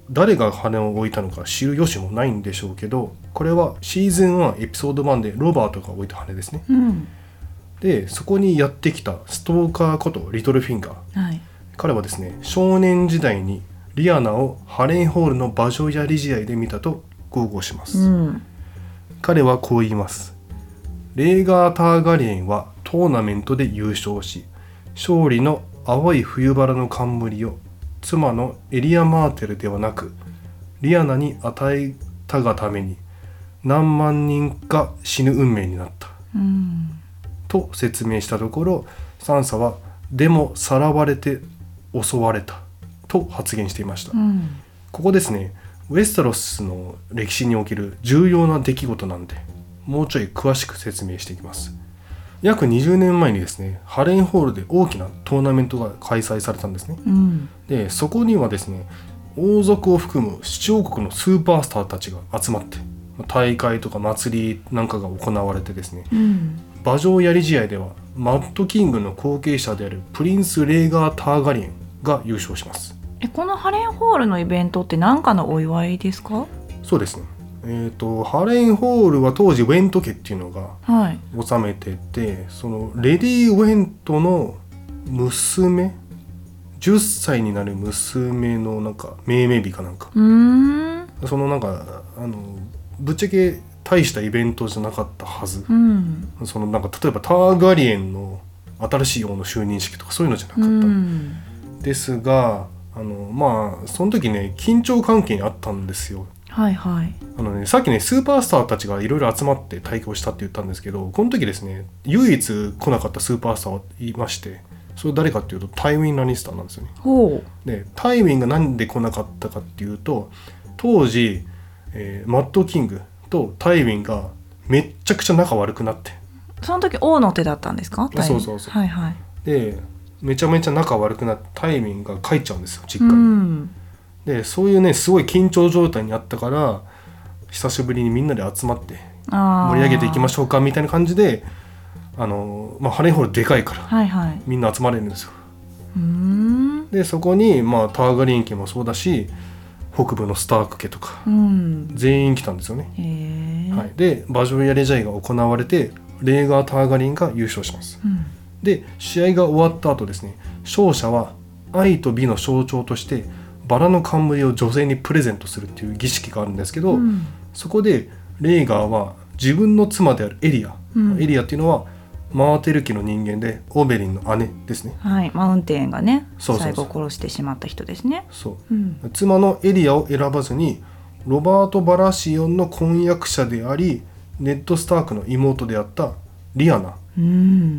誰が羽を置いたのか知る由もないんでしょうけど、これはシーズンワンエピソードワンでロバートが置いた羽ですね、 うん、 でそこにやってきたストーカーことリトルフィンガー、 はい、 彼はですね少年時代にリアナをハレンホールの馬上やり試合で見たと豪語します、 うん、 彼はこう言います。レーガー・ターガリエンはトーナメントで優勝し、勝利の淡い冬バラの冠を妻のエリア・マーテルではなくリアナに与えたがために何万人か死ぬ運命になった、 うん、 と説明したところ、サンサはでもさらわれて襲われたと発言していました、 うん、 ここですね、ウェスタロスの歴史における重要な出来事なんで、もうちょい詳しく説明していきます。約にじゅうねんまえにですね、ハレンホールで大きなトーナメントが開催されたんですね、 うん、でそこにはですね、王族を含む七王国のスーパースターたちが集まって大会とか祭りなんかが行われてですね、 うん、 馬上やり試合ではマッドキングの後継者であるプリンス・レーガー・ターガリエンが優勝します。 えこのハレンホールのイベントって何かのお祝いですか？ そうですね、えーと、ハレンホールは当時ウェント家っていうのが治めてて、はい、そのレディ・ウェントの娘じゅっさいになる娘のなんか命名日かなんか、 うーん、 そのなんかあのぶっちゃけ大したイベントじゃなかったはず、 うん、 そのなんか例えばターガリエンの新しい王の就任式とかそういうのじゃなかった、うん、ですがあのまあその時ね緊張関係にあったんですよ。 はいはい、 あのね、さっきねスーパースターたちがいろいろ集まって対抗したって言ったんですけど、この時ですね唯一来なかったスーパースターがいまして、それ誰かっていうとタイウィン・ラニスターなんですよね。 ほう。 でタイウィンがなんで来なかったかっていうと、当時、えー、マッドキングとタイウィンがめっちゃくちゃ仲悪くなって、 その時王の手だったんですか？ そうそうそう、 はいはい、 でめちゃめちゃ仲悪くなってタイウィンが帰っちゃうんですよ実家に、 うん、 でそういうねすごい緊張状態にあったから、久しぶりにみんなで集まって盛り上げていきましょうかみたいな感じで、あの、まあ、ハレンホールでかいから、 はいはい、 みんな集まれるんですよ。 うーん、 でそこに、まあ、ターガリン家もそうだし北部のスターク家とか、うん、全員来たんですよね。 へー、 はい、で馬上やり試合が行われてレーガー・ターガリンが優勝します、うん、で試合が終わった後ですね、勝者は愛と美の象徴としてバラの冠を女性にプレゼントするっていう儀式があるんですけど、うん、そこでレーガーは自分の妻であるエリア、うん、エリアっていうのはマーテル家の人間でオベリンの姉ですね。 はい、マウンテンがね、 そうそうそう、 最後殺してしまった人ですね。 そう、うん、妻のエリアを選ばずにロバート・バラシオンの婚約者でありネッド・スタークの妹であったリアナ、うん、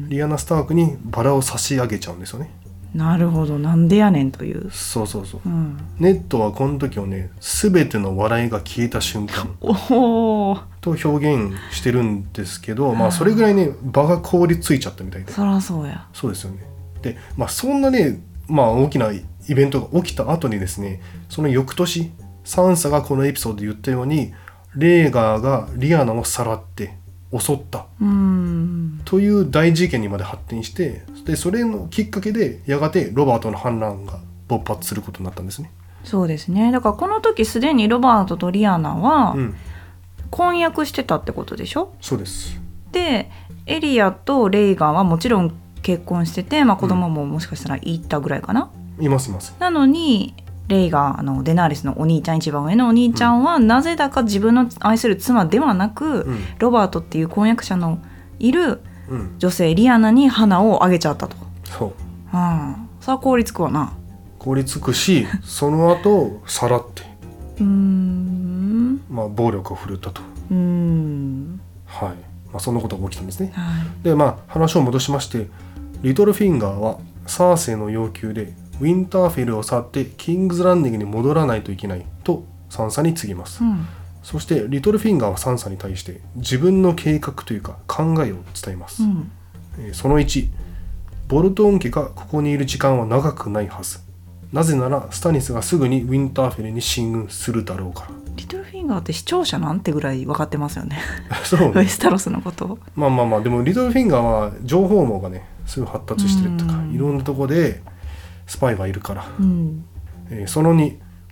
リアナ・スタークにバラを差し上げちゃうんですよね。 なるほど、なんでやねんという。 そうそうそう、うん、ネットはこの時をね、全ての笑いが消えた瞬間おと表現してるんですけど、まあそれぐらいね場が凍りついちゃったみたいで。 そらそうや。 そうですよね。で、まあそんなね、まあ大きなイベントが起きた後にですね、その翌年サンサがこのエピソードで言ったようにレーガーがリアナをさらって襲ったという大事件にまで発展して、でそれのきっかけでやがてロバートの反乱が勃発することになったんですね。 そうですね。だからこの時すでにロバートとリアナは婚約してたってことでしょ。 そうです。 でエリアとレイガンはもちろん結婚してて、まあ、子供ももしかしたらいたぐらいかな、 うん、いますいます。 なのにレイがあのデナーリスのお兄ちゃん、一番上のお兄ちゃんは、うん、なぜだか自分の愛する妻ではなく、うん、ロバートっていう婚約者のいる女性、うん、リアナに花をあげちゃったと。 そう、うん、 それは凍りつくわな。 凍りつくしその後さらってうーん、まあ、暴力を振るったと。うーん、はい、まあ、そんなことが起きたんですね、はい、でまあ話を戻しまして、リトルフィンガーはサーセイの要求でウィンターフェルを去ってキングズランディングに戻らないといけないとサンサに告げます、うん、そしてリトルフィンガーはサンサに対して自分の計画というか考えを伝えます、うん、えー、そのいち、ボルトン家がここにいる時間は長くないはず。なぜならスタニスがすぐにウィンターフェルに進軍するだろうから。 リトルフィンガーって視聴者なんてぐらい分かってますよねそう、ね、 ウェスタロスのことを。 まあまあまあ、でもリトルフィンガーは情報網がねすぐ発達してるとか、いろんなとこでスパイがいるから、うん、えー、そのに、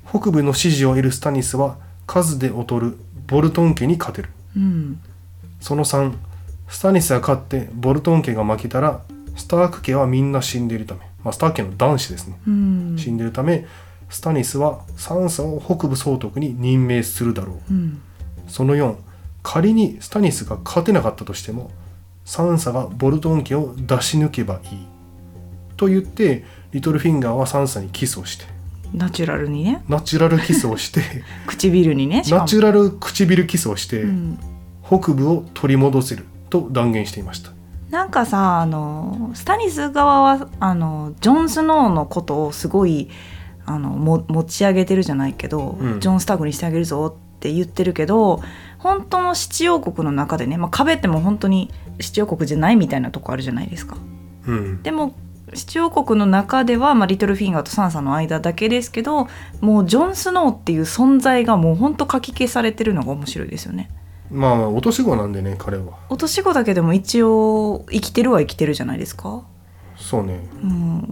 北部の支持を得るスタニスは数で劣るボルトン家に勝てる。 うん、 そのさん、スタニスが勝ってボルトン家が負けたらスターク家はみんな死んでいるため、まあ、スターク家の男子ですね、 うん、 死んでいるためスタニスはサンサを北部総督に任命するだろう、 うん、 そのよん、仮にスタニスが勝てなかったとしてもサンサがボルトン家を出し抜けばいいと言ってリトルフィンガーはサンサにキスをして、 ナチュラルにね、 ナチュラルキスをして唇にね、しかもナチュラル唇キスをして、 うん、 北部を取り戻せると断言していました。 なんかさ、あのスタニス側はあのジョン・スノーのことをすごいあのも持ち上げてるじゃないけど、 うん、 ジョン・スタークにしてあげるぞって言ってるけど、本当の七王国の中でね、まあ、壁っても本当に七王国じゃないみたいなとこあるじゃないですか、 うん、 でも七王国の中では、まあ、リトルフィンガーとサンサの間だけですけど、もうジョン・スノーっていう存在がもう本当かき消されてるのが面白いですよね。 まあ落とし子なんでね、彼は落とし子だけでも一応生きてるは生きてるじゃないですか。 そうね、 うん、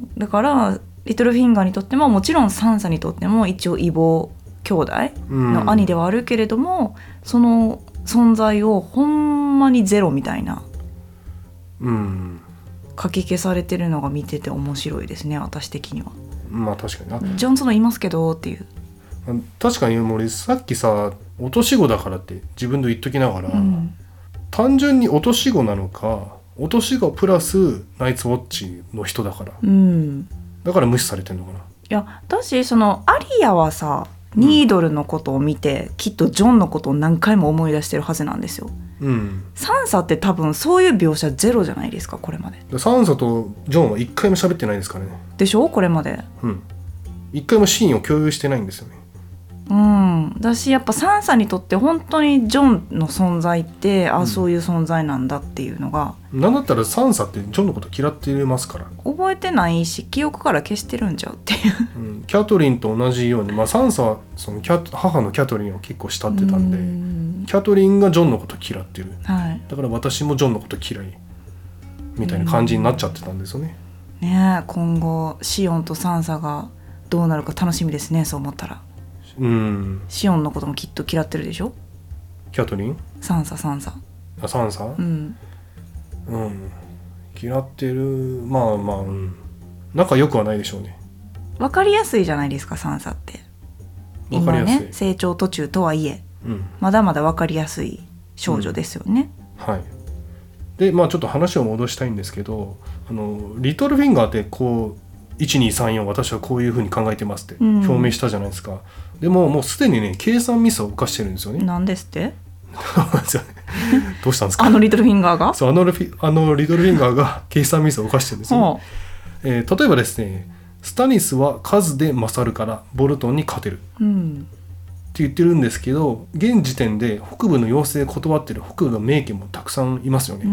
だからリトルフィンガーにとってももちろんサンサにとっても一応異母兄弟の兄ではあるけれども、うん、その存在をほんまにゼロみたいな、 うん、 かき消されてるのが見てて面白いですね、私的には。 まあ確かにな、 ジョン・スノーいますけどっていう。 確かに俺さっきさ落とし子だからって自分で言っときながら、うん、単純に落とし子なのか落とし子プラスナイツウォッチの人だから、 うん、 だから無視されてんのかな。 いやだし、そのアリアはさニードルのことを見て、うん、きっとジョンのことを何回も思い出してるはずなんですよ、うん、サンサって多分そういう描写ゼロじゃないですか、これまで。 サンサとジョンは一回も喋ってないですからね。 でしょ、これまで。 うん一回もシーンを共有してないんですよね。 うん、だしやっぱサンサにとって本当にジョンの存在って、あ、うん、そういう存在なんだっていうのが、 なんだったらサンサってジョンのこと嫌ってますから、 覚えてないし記憶から消してるんちゃうっていう、 うん、キャトリンと同じように、まあ、サンサはそのキャ母のキャトリンを結構慕ってたんで、んキャトリンがジョンのこと嫌ってる、はい、だから私もジョンのこと嫌いみたいな感じになっちゃってたんですよね。 ねえ、今後シオンとサンサがどうなるか楽しみですね、そう思ったら。うん、シオンのこともきっと嫌ってるでしょ、 キャトリン。 サンササンサあサンサ、うん、うん、嫌ってる。まあまあ、うん、仲良くはないでしょうね。 分かりやすいじゃないですか、サンサって今ね、成長途中とはいえ、うん、まだまだ分かりやすい少女ですよね、 うん、はい。でまあちょっと話を戻したいんですけど、あのリトルフィンガーってこういちにさんよん私はこういうふうに考えてますって表明したじゃないですか、うん、でももうすでにね計算ミスを犯してるんですよね。 なんですってどうしたんですか。 あのリトルフィンガーがそうあのリあのリトルフィンガーが計算ミスを犯してるんですよ、ねえー、例えばですね、スタニスは数で勝るからボルトンに勝てる、うん、って言ってるんですけど、現時点で北部の要請断ってる北部の名家もたくさんいますよね、うん、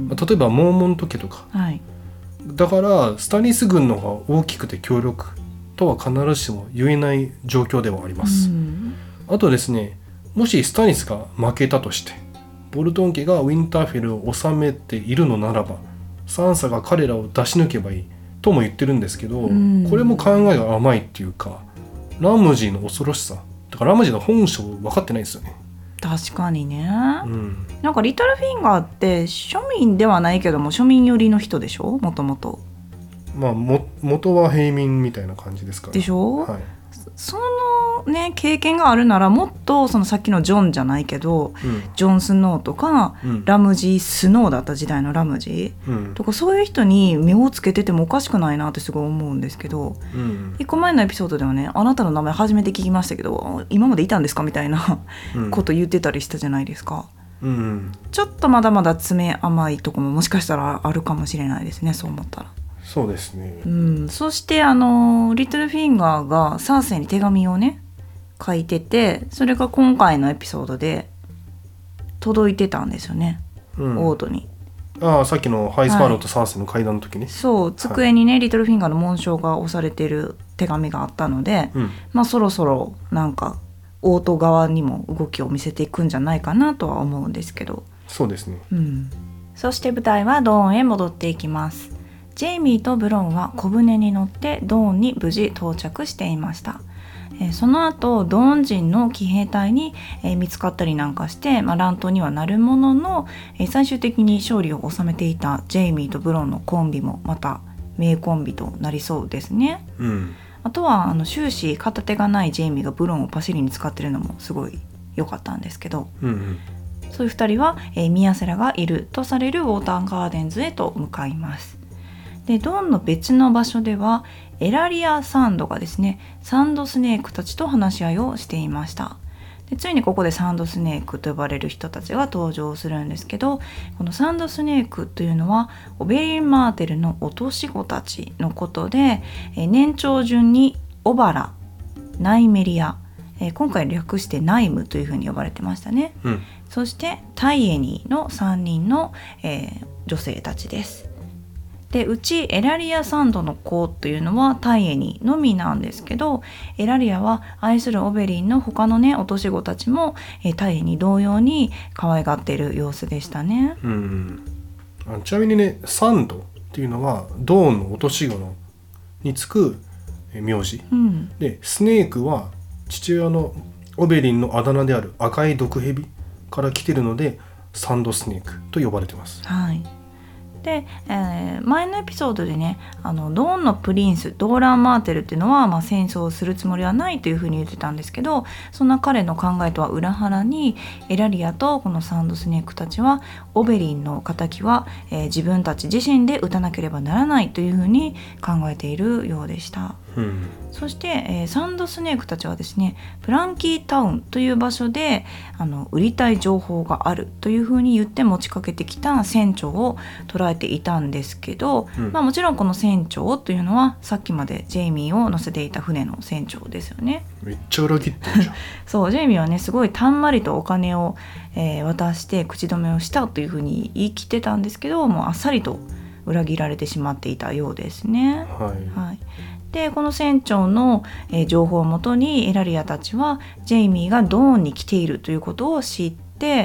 例えばモーモント家とか、はい、だからスタニス軍の方が大きくて強力とは必ずしも言えない状況ではあります、うん、あとですね、もしスタニスが負けたとしてボルトン家がウィンターフェルを治めているのならばサンサが彼らを出し抜けばいいとも言ってるんですけど、うん、これも考えが甘いっていうか、ラムジーの恐ろしさだからラムジーの本性分かってないですよね。 確かにね、うん、なんかリトルフィンガーって庶民ではないけども庶民寄りの人でしょ、もともと。 まあも元は平民みたいな感じですから、 でしょ、はい、そのね経験があるならもっとそのさっきのジョンじゃないけど、うん、ジョン・スノーとか、うん、ラムジー・スノーだった時代のラムジー、うん、とかそういう人に目をつけててもおかしくないなってすごい思うんですけど、うん、いっこまえのエピソードではね、あなたの名前初めて聞きましたけど今までいたんですかみたいなこと言ってたりしたじゃないですか、うん、ちょっとまだまだ爪甘いとこももしかしたらあるかもしれないですね、そう思ったら。 そうですね、 うん、そしてあのリトルフィンガーがサーセイに手紙をね書いてて、それが今回のエピソードで届いてたんですよね、うん、オードに。 ああ、さっきのハイスパローとサーセイの会談の時ね、はい、 そう机にね、はい、リトルフィンガーの紋章が押されてる手紙があったので、うん、まあそろそろなんかオート側にも動きを見せていくんじゃないかなとは思うんですけど。 そうですね、 うん、そして舞台はドーンへ戻っていきます。ジェイミーとブロンは小舟に乗ってドーンに無事到着していました。 えー、その後ドーン人の騎兵隊に、えー、見つかったりなんかして、まあ、乱闘にはなるものの、えー、最終的に勝利を収めていたジェイミーとブロンのコンビもまた名コンビとなりそうですね、 うん、 あとはあの終始片手がないジェイミーがブロンをパシリに使ってるのもすごい良かったんですけど、 うんうん、 そういうふたりは、えー、ミヤセラがいるとされるウォーターガーデンズへと向かいます。でドンの別の場所ではエラリア・サンドがですねサンドスネークたちと話し合いをしていました。でついにここでサンドスネークと呼ばれる人たちが登場するんですけど、このサンドスネークというのはオベリン・マーテルの落とし子たちのことで、え年長順にオバラ、ナイメリア、え今回略してナイムというふうに呼ばれてましたね、 うん、 そしてタイエニーのさんにんの、えー、女性たちです。でうちエラリア・サンドの子というのはタイエニのみなんですけど、エラリアは愛するオベリンの他のね落とし子たちも、えー、タイエニ同様に可愛がっている様子でしたね、 うん、あちなみにねサンドっていうのはドーンの落とし子のにつく名字、 うん、 でスネークは父親のオベリンのあだ名である赤い毒蛇から来てるのでサンドスネークと呼ばれてます。 はい。で、えー、前のエピソードでねあのドーンのプリンスドーラン・マーテルっていうのは、まあ、戦争をするつもりはないというふうに言ってたんですけど、そんな彼の考えとは裏腹にエラリアとこのサンドスネークたちはオベリンの仇は、えー、自分たち自身で撃たなければならないというふうに考えているようでした。 うん、 そして、えー、サンドスネークたちはですねプランキータウンという場所であの売りたい情報があるというふうに言って持ちかけてきた船長を捉えていたんですけど、うんまあ、もちろんこの船長というのはさっきまでジェイミーを乗せていた船の船長ですよね。 めっちゃ裏切ってるじゃんそうジェイミーはねすごいたんまりとお金を、えー、渡して口止めをしたというふうに言い切ってたんですけど、もうあっさりと裏切られてしまっていたようですね。 はい、 はいでこの船長の、えー、情報をもとにエラリアたちはジェイミーがドーンに来ているということを知って、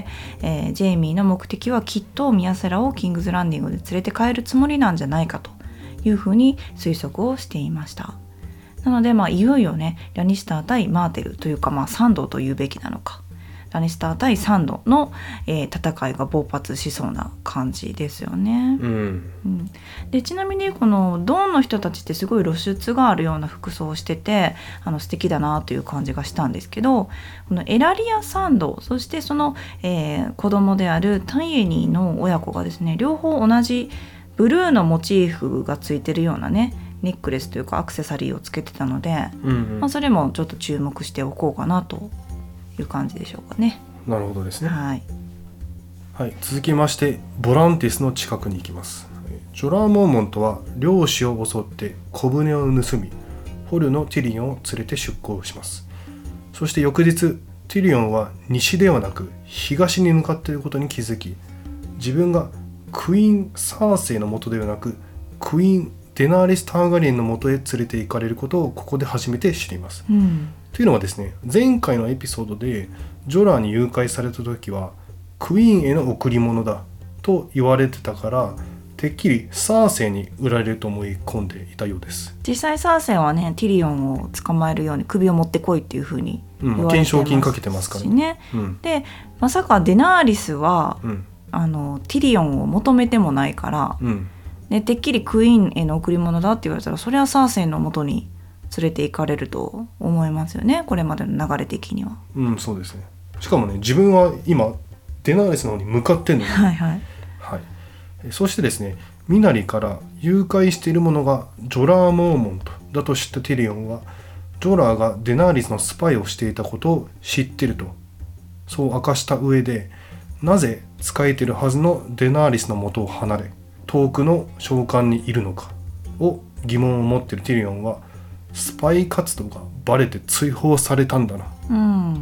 えー、ジェイミーの目的はきっとミヤセラをキングズランディングで連れて帰るつもりなんじゃないかというふうに推測をしていました。なので、まあ、いよいよねラニスター対マーテルというか、まあ、サンドというべきなのかラニスター対サンドの、えー、戦いが勃発しそうな感じですよね、 うんうん、でちなみにこのドーンの人たちってすごい露出があるような服装をしててあの素敵だなという感じがしたんですけど、このエラリア・サンドそしてその、えー、子供であるタイエニーの親子がですね両方同じブルーのモチーフがついてるようなねネックレスというかアクセサリーをつけてたので、 うんうんまあ、それもちょっと注目しておこうかなという感じでしょうかね。 なるほどですね、 はいはい、続きましてボランティスの近くに行きます。ジョラー・モーモントは漁師を襲って小舟を盗みホルのティリオンを連れて出港します。そして翌日ティリオンは西ではなく東に向かっていることに気づき、自分がクイーン・サーセイの元ではなくクイーン・デナーリス・ターガリエンの元へ連れて行かれることをここで初めて知ります、 うんというのはですね、前回のエピソードでジョラーに誘拐された時はクイーンへの贈り物だと言われてたから、てっきりサーセイに売られると思い込んでいたようです。 実際サーセイはねティリオンを捕まえるように首を持ってこいっていう風に言われてますしね、 うん、懸賞金かけてますからね、うん、 でまさかデナーリスは、 うん、 あのティリオンを求めてもないから、 うんね、てっきりクイーンへの贈り物だって言われたらそれはサーセイの元に連れて行かれると思いますよね、これまでの流れ的には。 うん、そうですね。しかもね自分は今デナーリスの方に向かってんのに、 はいはいはい、そしてですねミナリから誘拐しているものがジョラー・モーモントだと知ったティリオンはジョラーがデナーリスのスパイをしていたことを知ってるとそう明かした上で、なぜ仕えているはずのデナーリスの元を離れ遠くの召喚にいるのかを疑問を持っているティリオンはスパイ活動がバレて追放されたんだな、 うん、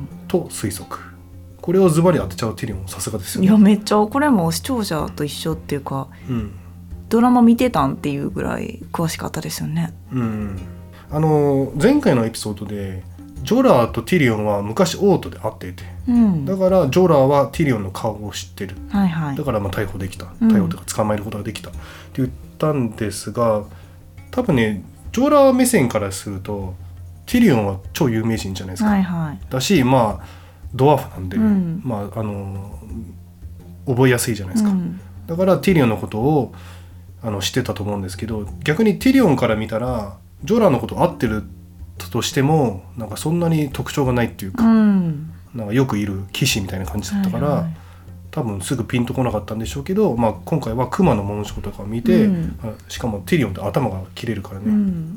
と推測。これをズバリ当てちゃうティリオンさすがですよね。 いやめっちゃこれも視聴者と一緒っていうか、 うん、 ドラマ見てたんっていうぐらい詳しかったですよね。 うん、あの前回のエピソードでジョラーとティリオンは昔オートで会っていて、 うん、 だからジョラーはティリオンの顔を知ってる、 はいはい、 だからまあ逮捕できた、逮捕というか捕まえることができたって言ったんですが、多分ねジョラー目線からするとティリオンは超有名人じゃないですか、 はいはい、 だしまあドワーフなんで、 うん、 まああの覚えやすいじゃないですか、 うん、 だからティリオンのことをあの知ってたと思うんですけど、逆にティリオンから見たらジョラのこと合ってるとしてもなんかそんなに特徴がないっていうか、 うん、 なんかよくいる騎士みたいな感じだったから、はいはい、多分すぐピンとこなかったんでしょうけど、まあ、今回は熊の紋章とかを見て、うん、しかもティリオンって頭が切れるからね、うん、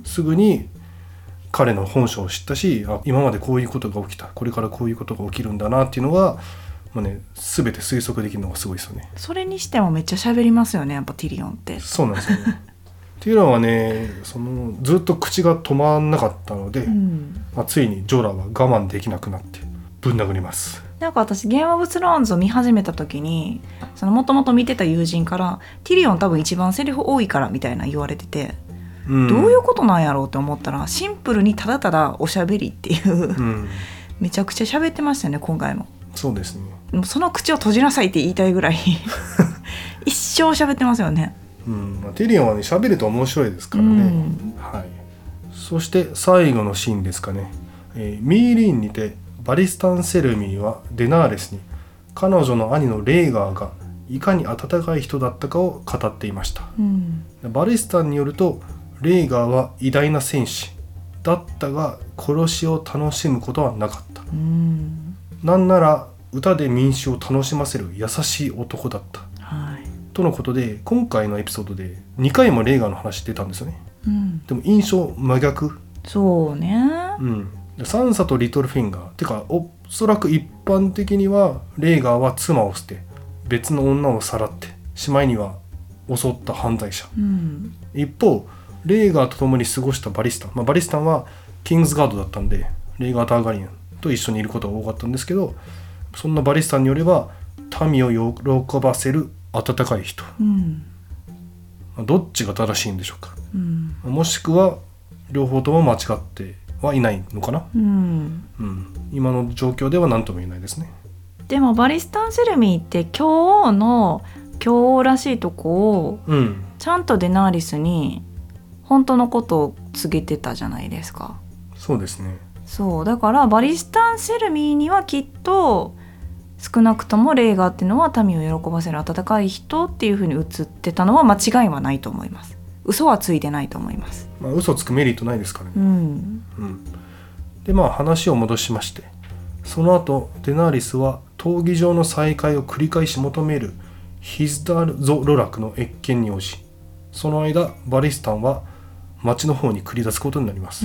すぐに彼の本性を知ったし、あ今までこういうことが起きた、これからこういうことが起きるんだなっていうのが、まあね、全て推測できるのがすごいですよね。 それにしてもめっちゃ喋りますよね、やっぱティリオンって。 そうなんですよねティリオンはねそのずっと口が止まんなかったので、うんまあ、ついにジョラは我慢できなくなってぶん殴ります。 なんか私ゲームオブスローンズを見始めた時にもともと見てた友人からティリオン多分一番セリフ多いからみたいな言われてて、うん、どういうことなんやろうって思ったらシンプルにただただおしゃべりっていう、うん、めちゃくちゃ喋ってましたね今回も。 そうですね。 もうその口を閉じなさいって言いたいぐらい一生喋ってますよね。 うんまあ、ティリオンはね喋ると面白いですからね、うんはい、そして最後のシーンですかね、えー、ミーリーンにてバリスタン・セルミーはデナーレスに彼女の兄のレーガーがいかに温かい人だったかを語っていました、うん、バリスタンによるとレーガーは偉大な戦士だったが殺しを楽しむことはなかった、うん、なんなら歌で民衆を楽しませる優しい男だった、はい、とのことで今回のエピソードでにかいもレーガーの話出たんですよね、うん、でも印象真逆。 そうね、 うんサンサとリトルフィンガーてかおそらく一般的にはレーガーは妻を捨て別の女をさらってしまいには襲った犯罪者、うん、一方レーガーと共に過ごしたバリスタン、まあ、バリスタンはキングズガードだったんでレーガー・ターガリアンと一緒にいることが多かったんですけど、そんなバリスタンによれば民を喜ばせる温かい人、うんまあ、どっちが正しいんでしょうか、うん、もしくは両方とも間違ってはいないのかな、うんうん、今の状況では何とも言えないですね。 でもバリスタン・セルミーって教王の教王らしいとこを、うん、ちゃんとデナーリスに本当のことを告げてたじゃないですか。 そうですね。 そうだからバリスタン・セルミーにはきっと少なくともレーガーっていうのは民を喜ばせる温かい人っていう風に映ってたのは間違いはないと思います。嘘はついてないと思います。 まあ、嘘つくメリットないですからね、うんうん、でまあ話を戻しまして、その後デナーリスは闘技場の再開を繰り返し求めるヒズダルゾ・ロラクの謁見に応じ、その間バリスタンは町の方に繰り出すことになります、うん、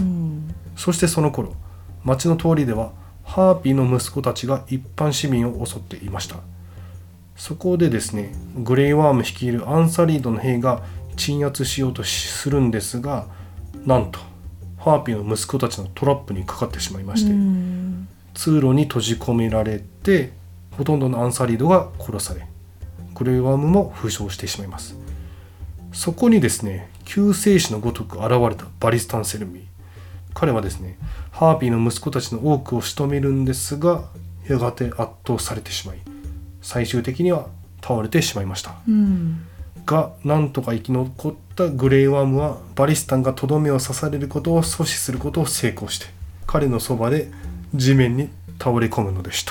そしてその頃町の通りではハーピーの息子たちが一般市民を襲っていました。そこでですねグレイワーム率いるアンサリードの兵が鎮圧しようとするんですが、なんとハーピーの息子たちのトラップにかかってしまいまして、通路に閉じ込められてほとんどのアンサリードが殺され、グレイワームも負傷してしまいます。そこにですね救世主のごとく現れたバリスタン・セルミー、彼はですねハーピーの息子たちの多くを仕留めるんですが、やがて圧倒されてしまい最終的には倒れてしまいました、うんがなんとか生き残ったグレイワームはバリスタンがとどめを刺されることを阻止することを成功して彼のそばで地面に倒れ込むのでした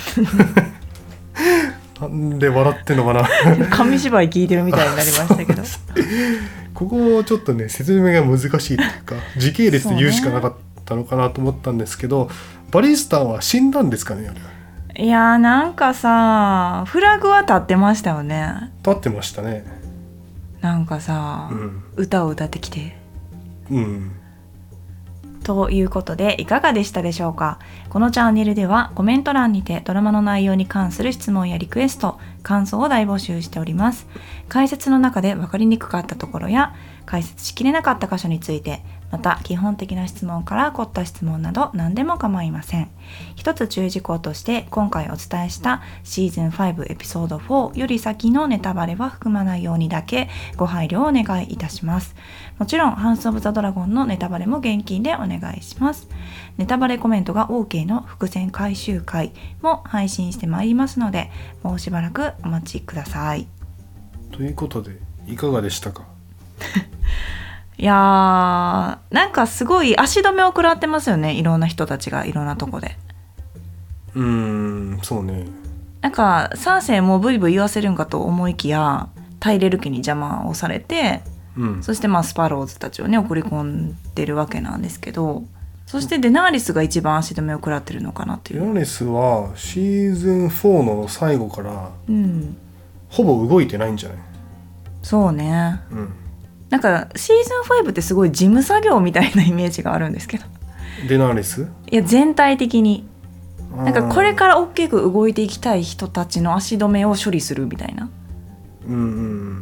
なんで笑ってんのかな紙芝居聞いてるみたいになりましたけどここちょっとね説明が難しいというか時系列で言うしかなかったのかなと思ったんですけど、ね、バリスタンは死んだんですかね。あれいやーなんかさフラグは立ってましたよね。 立ってましたね。 なんかさ、うん、歌を歌ってきて、うん、ということでいかがでしたでしょうか。このチャンネルではコメント欄にてドラマの内容に関する質問やリクエスト、感想を大募集しております。解説の中で分かりにくかったところや解説しきれなかった箇所について、また基本的な質問から凝った質問など何でも構いません。一つ注意事項として今回お伝えしたシーズンファイブエピソードフォーより先のネタバレは含まないようにだけご配慮をお願いいたします。もちろんハウスオブザドラゴンのネタバレも厳禁でお願いします。ネタバレコメントが OK の伏線回収会も配信してまいりますので、もうしばらくお待ちください。 ということでいかがでしたかいやーなんかすごい足止めを食らってますよね、いろんな人たちがいろんなとこで。 うーんそうね。 なんかサーセイもブイブイ言わせるんかと思いきやタイレル家に邪魔をされて、 うん、 そしてまあスパローズたちをね送り込んでるわけなんですけど、そしてデナーリスが一番足止めを食らってるのかなっていう。 デナリスはシーズンフォーの最後からうんほぼ動いてないんじゃない？ そうね。 うん、 なんかシーズンファイブってすごい事務作業みたいなイメージがあるんですけど、 デナリスいや全体的になんかこれら、 から大きく動いていきたい人たちの足止めを処理するみたいな、 うんうん、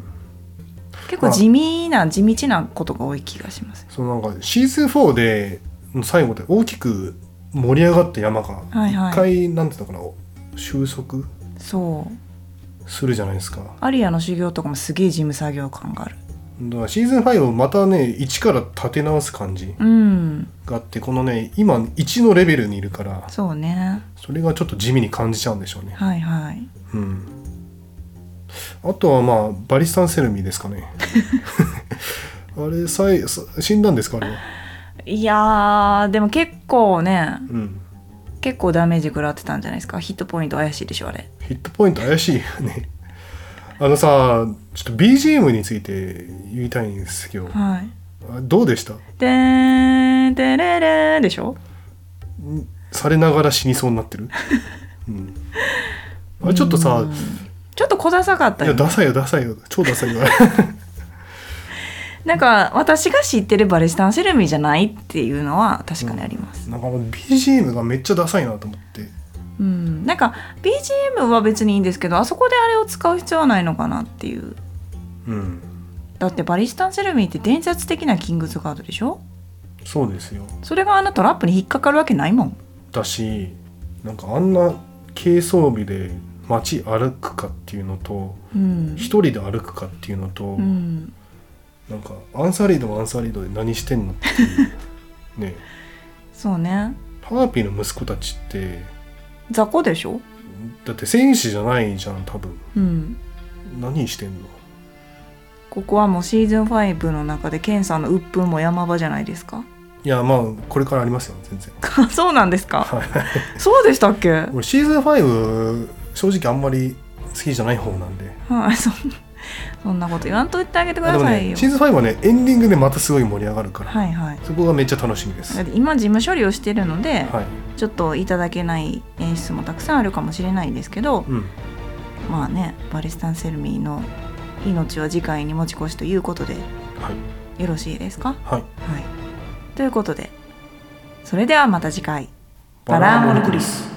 結構地味な地道なことが多い気がします。 そのなんかシーズンフォーで最後で大きく盛り上がった山がはいはい一回なんていうのかな、収束そうするじゃないですか。 アリアの修行とかもすげえ事務作業感がある。 だからシーズンファイブをまたねいちから立て直す感じうんがあって、このね今いちのレベルにいるからそうね。 それがちょっと地味に感じちゃうんでしょうね。 はいはい。 うん、あとはまあバリスタン・セルミですかねあれさい死んだんですかあれは。 いやーでも結構ね、 うん、 結構ダメージ食らってたんじゃないですか。ヒットポイント怪しいでしょあれ。 ヒットポイント怪しいよねあのさちょっと ビージーエム について言いたいんですけど、 はいどうでした？ でーんでれれーでしょ。 されながら死にそうになってる、うん、あれちょっとさ、 ちょっと小ダサかったよ、ね、 いやダサいよダサいよ超ダサいよなんか私が知ってるバリスタン・セルミじゃないっていうのは確かにあります、 うん、なんか ビージーエム がめっちゃダサいなと思って、 うん、なんか ビージーエム は別にいいんですけど、あそこであれを使う必要はないのかなっていう、 うん、 だってバリスタン・セルミって伝説的なキングズガードでしょ。 そうですよ。 それがあんなトラップに引っかかるわけないもん。 だしなんかあんな軽装備で街歩くかっていうのと、うん、一人で歩くかっていうのと、うん、なんかアンサーリードもアンサーリードで何してんのっていうね。 そうね。 ハーピーの息子たちって雑魚でしょ。 だって戦士じゃないじゃん多分、うん、何してんの。 ここはもうシーズンファイブの中でケンさんの鬱憤も山場じゃないですか。 いやまあこれからありますよ全然そうなんですかそうでしたっけ。 俺シーズンファイブ正直あんまり好きじゃない方なんで、 はい、そ, そんなこと言わんと言ってあげてくださいよ、 ね、シーズンファイブはねエンディングでまたすごい盛り上がるから、 はいはい、 そこがめっちゃ楽しみです。 今事務処理をしてるので、 はい、 ちょっといただけない演出もたくさんあるかもしれないんですけど、うん、まあねバリスタン・セルミーの命は次回に持ち越しということで、はい、よろしいですか。 はい、はい、 ということでそれではまた次回バラーモルクリス。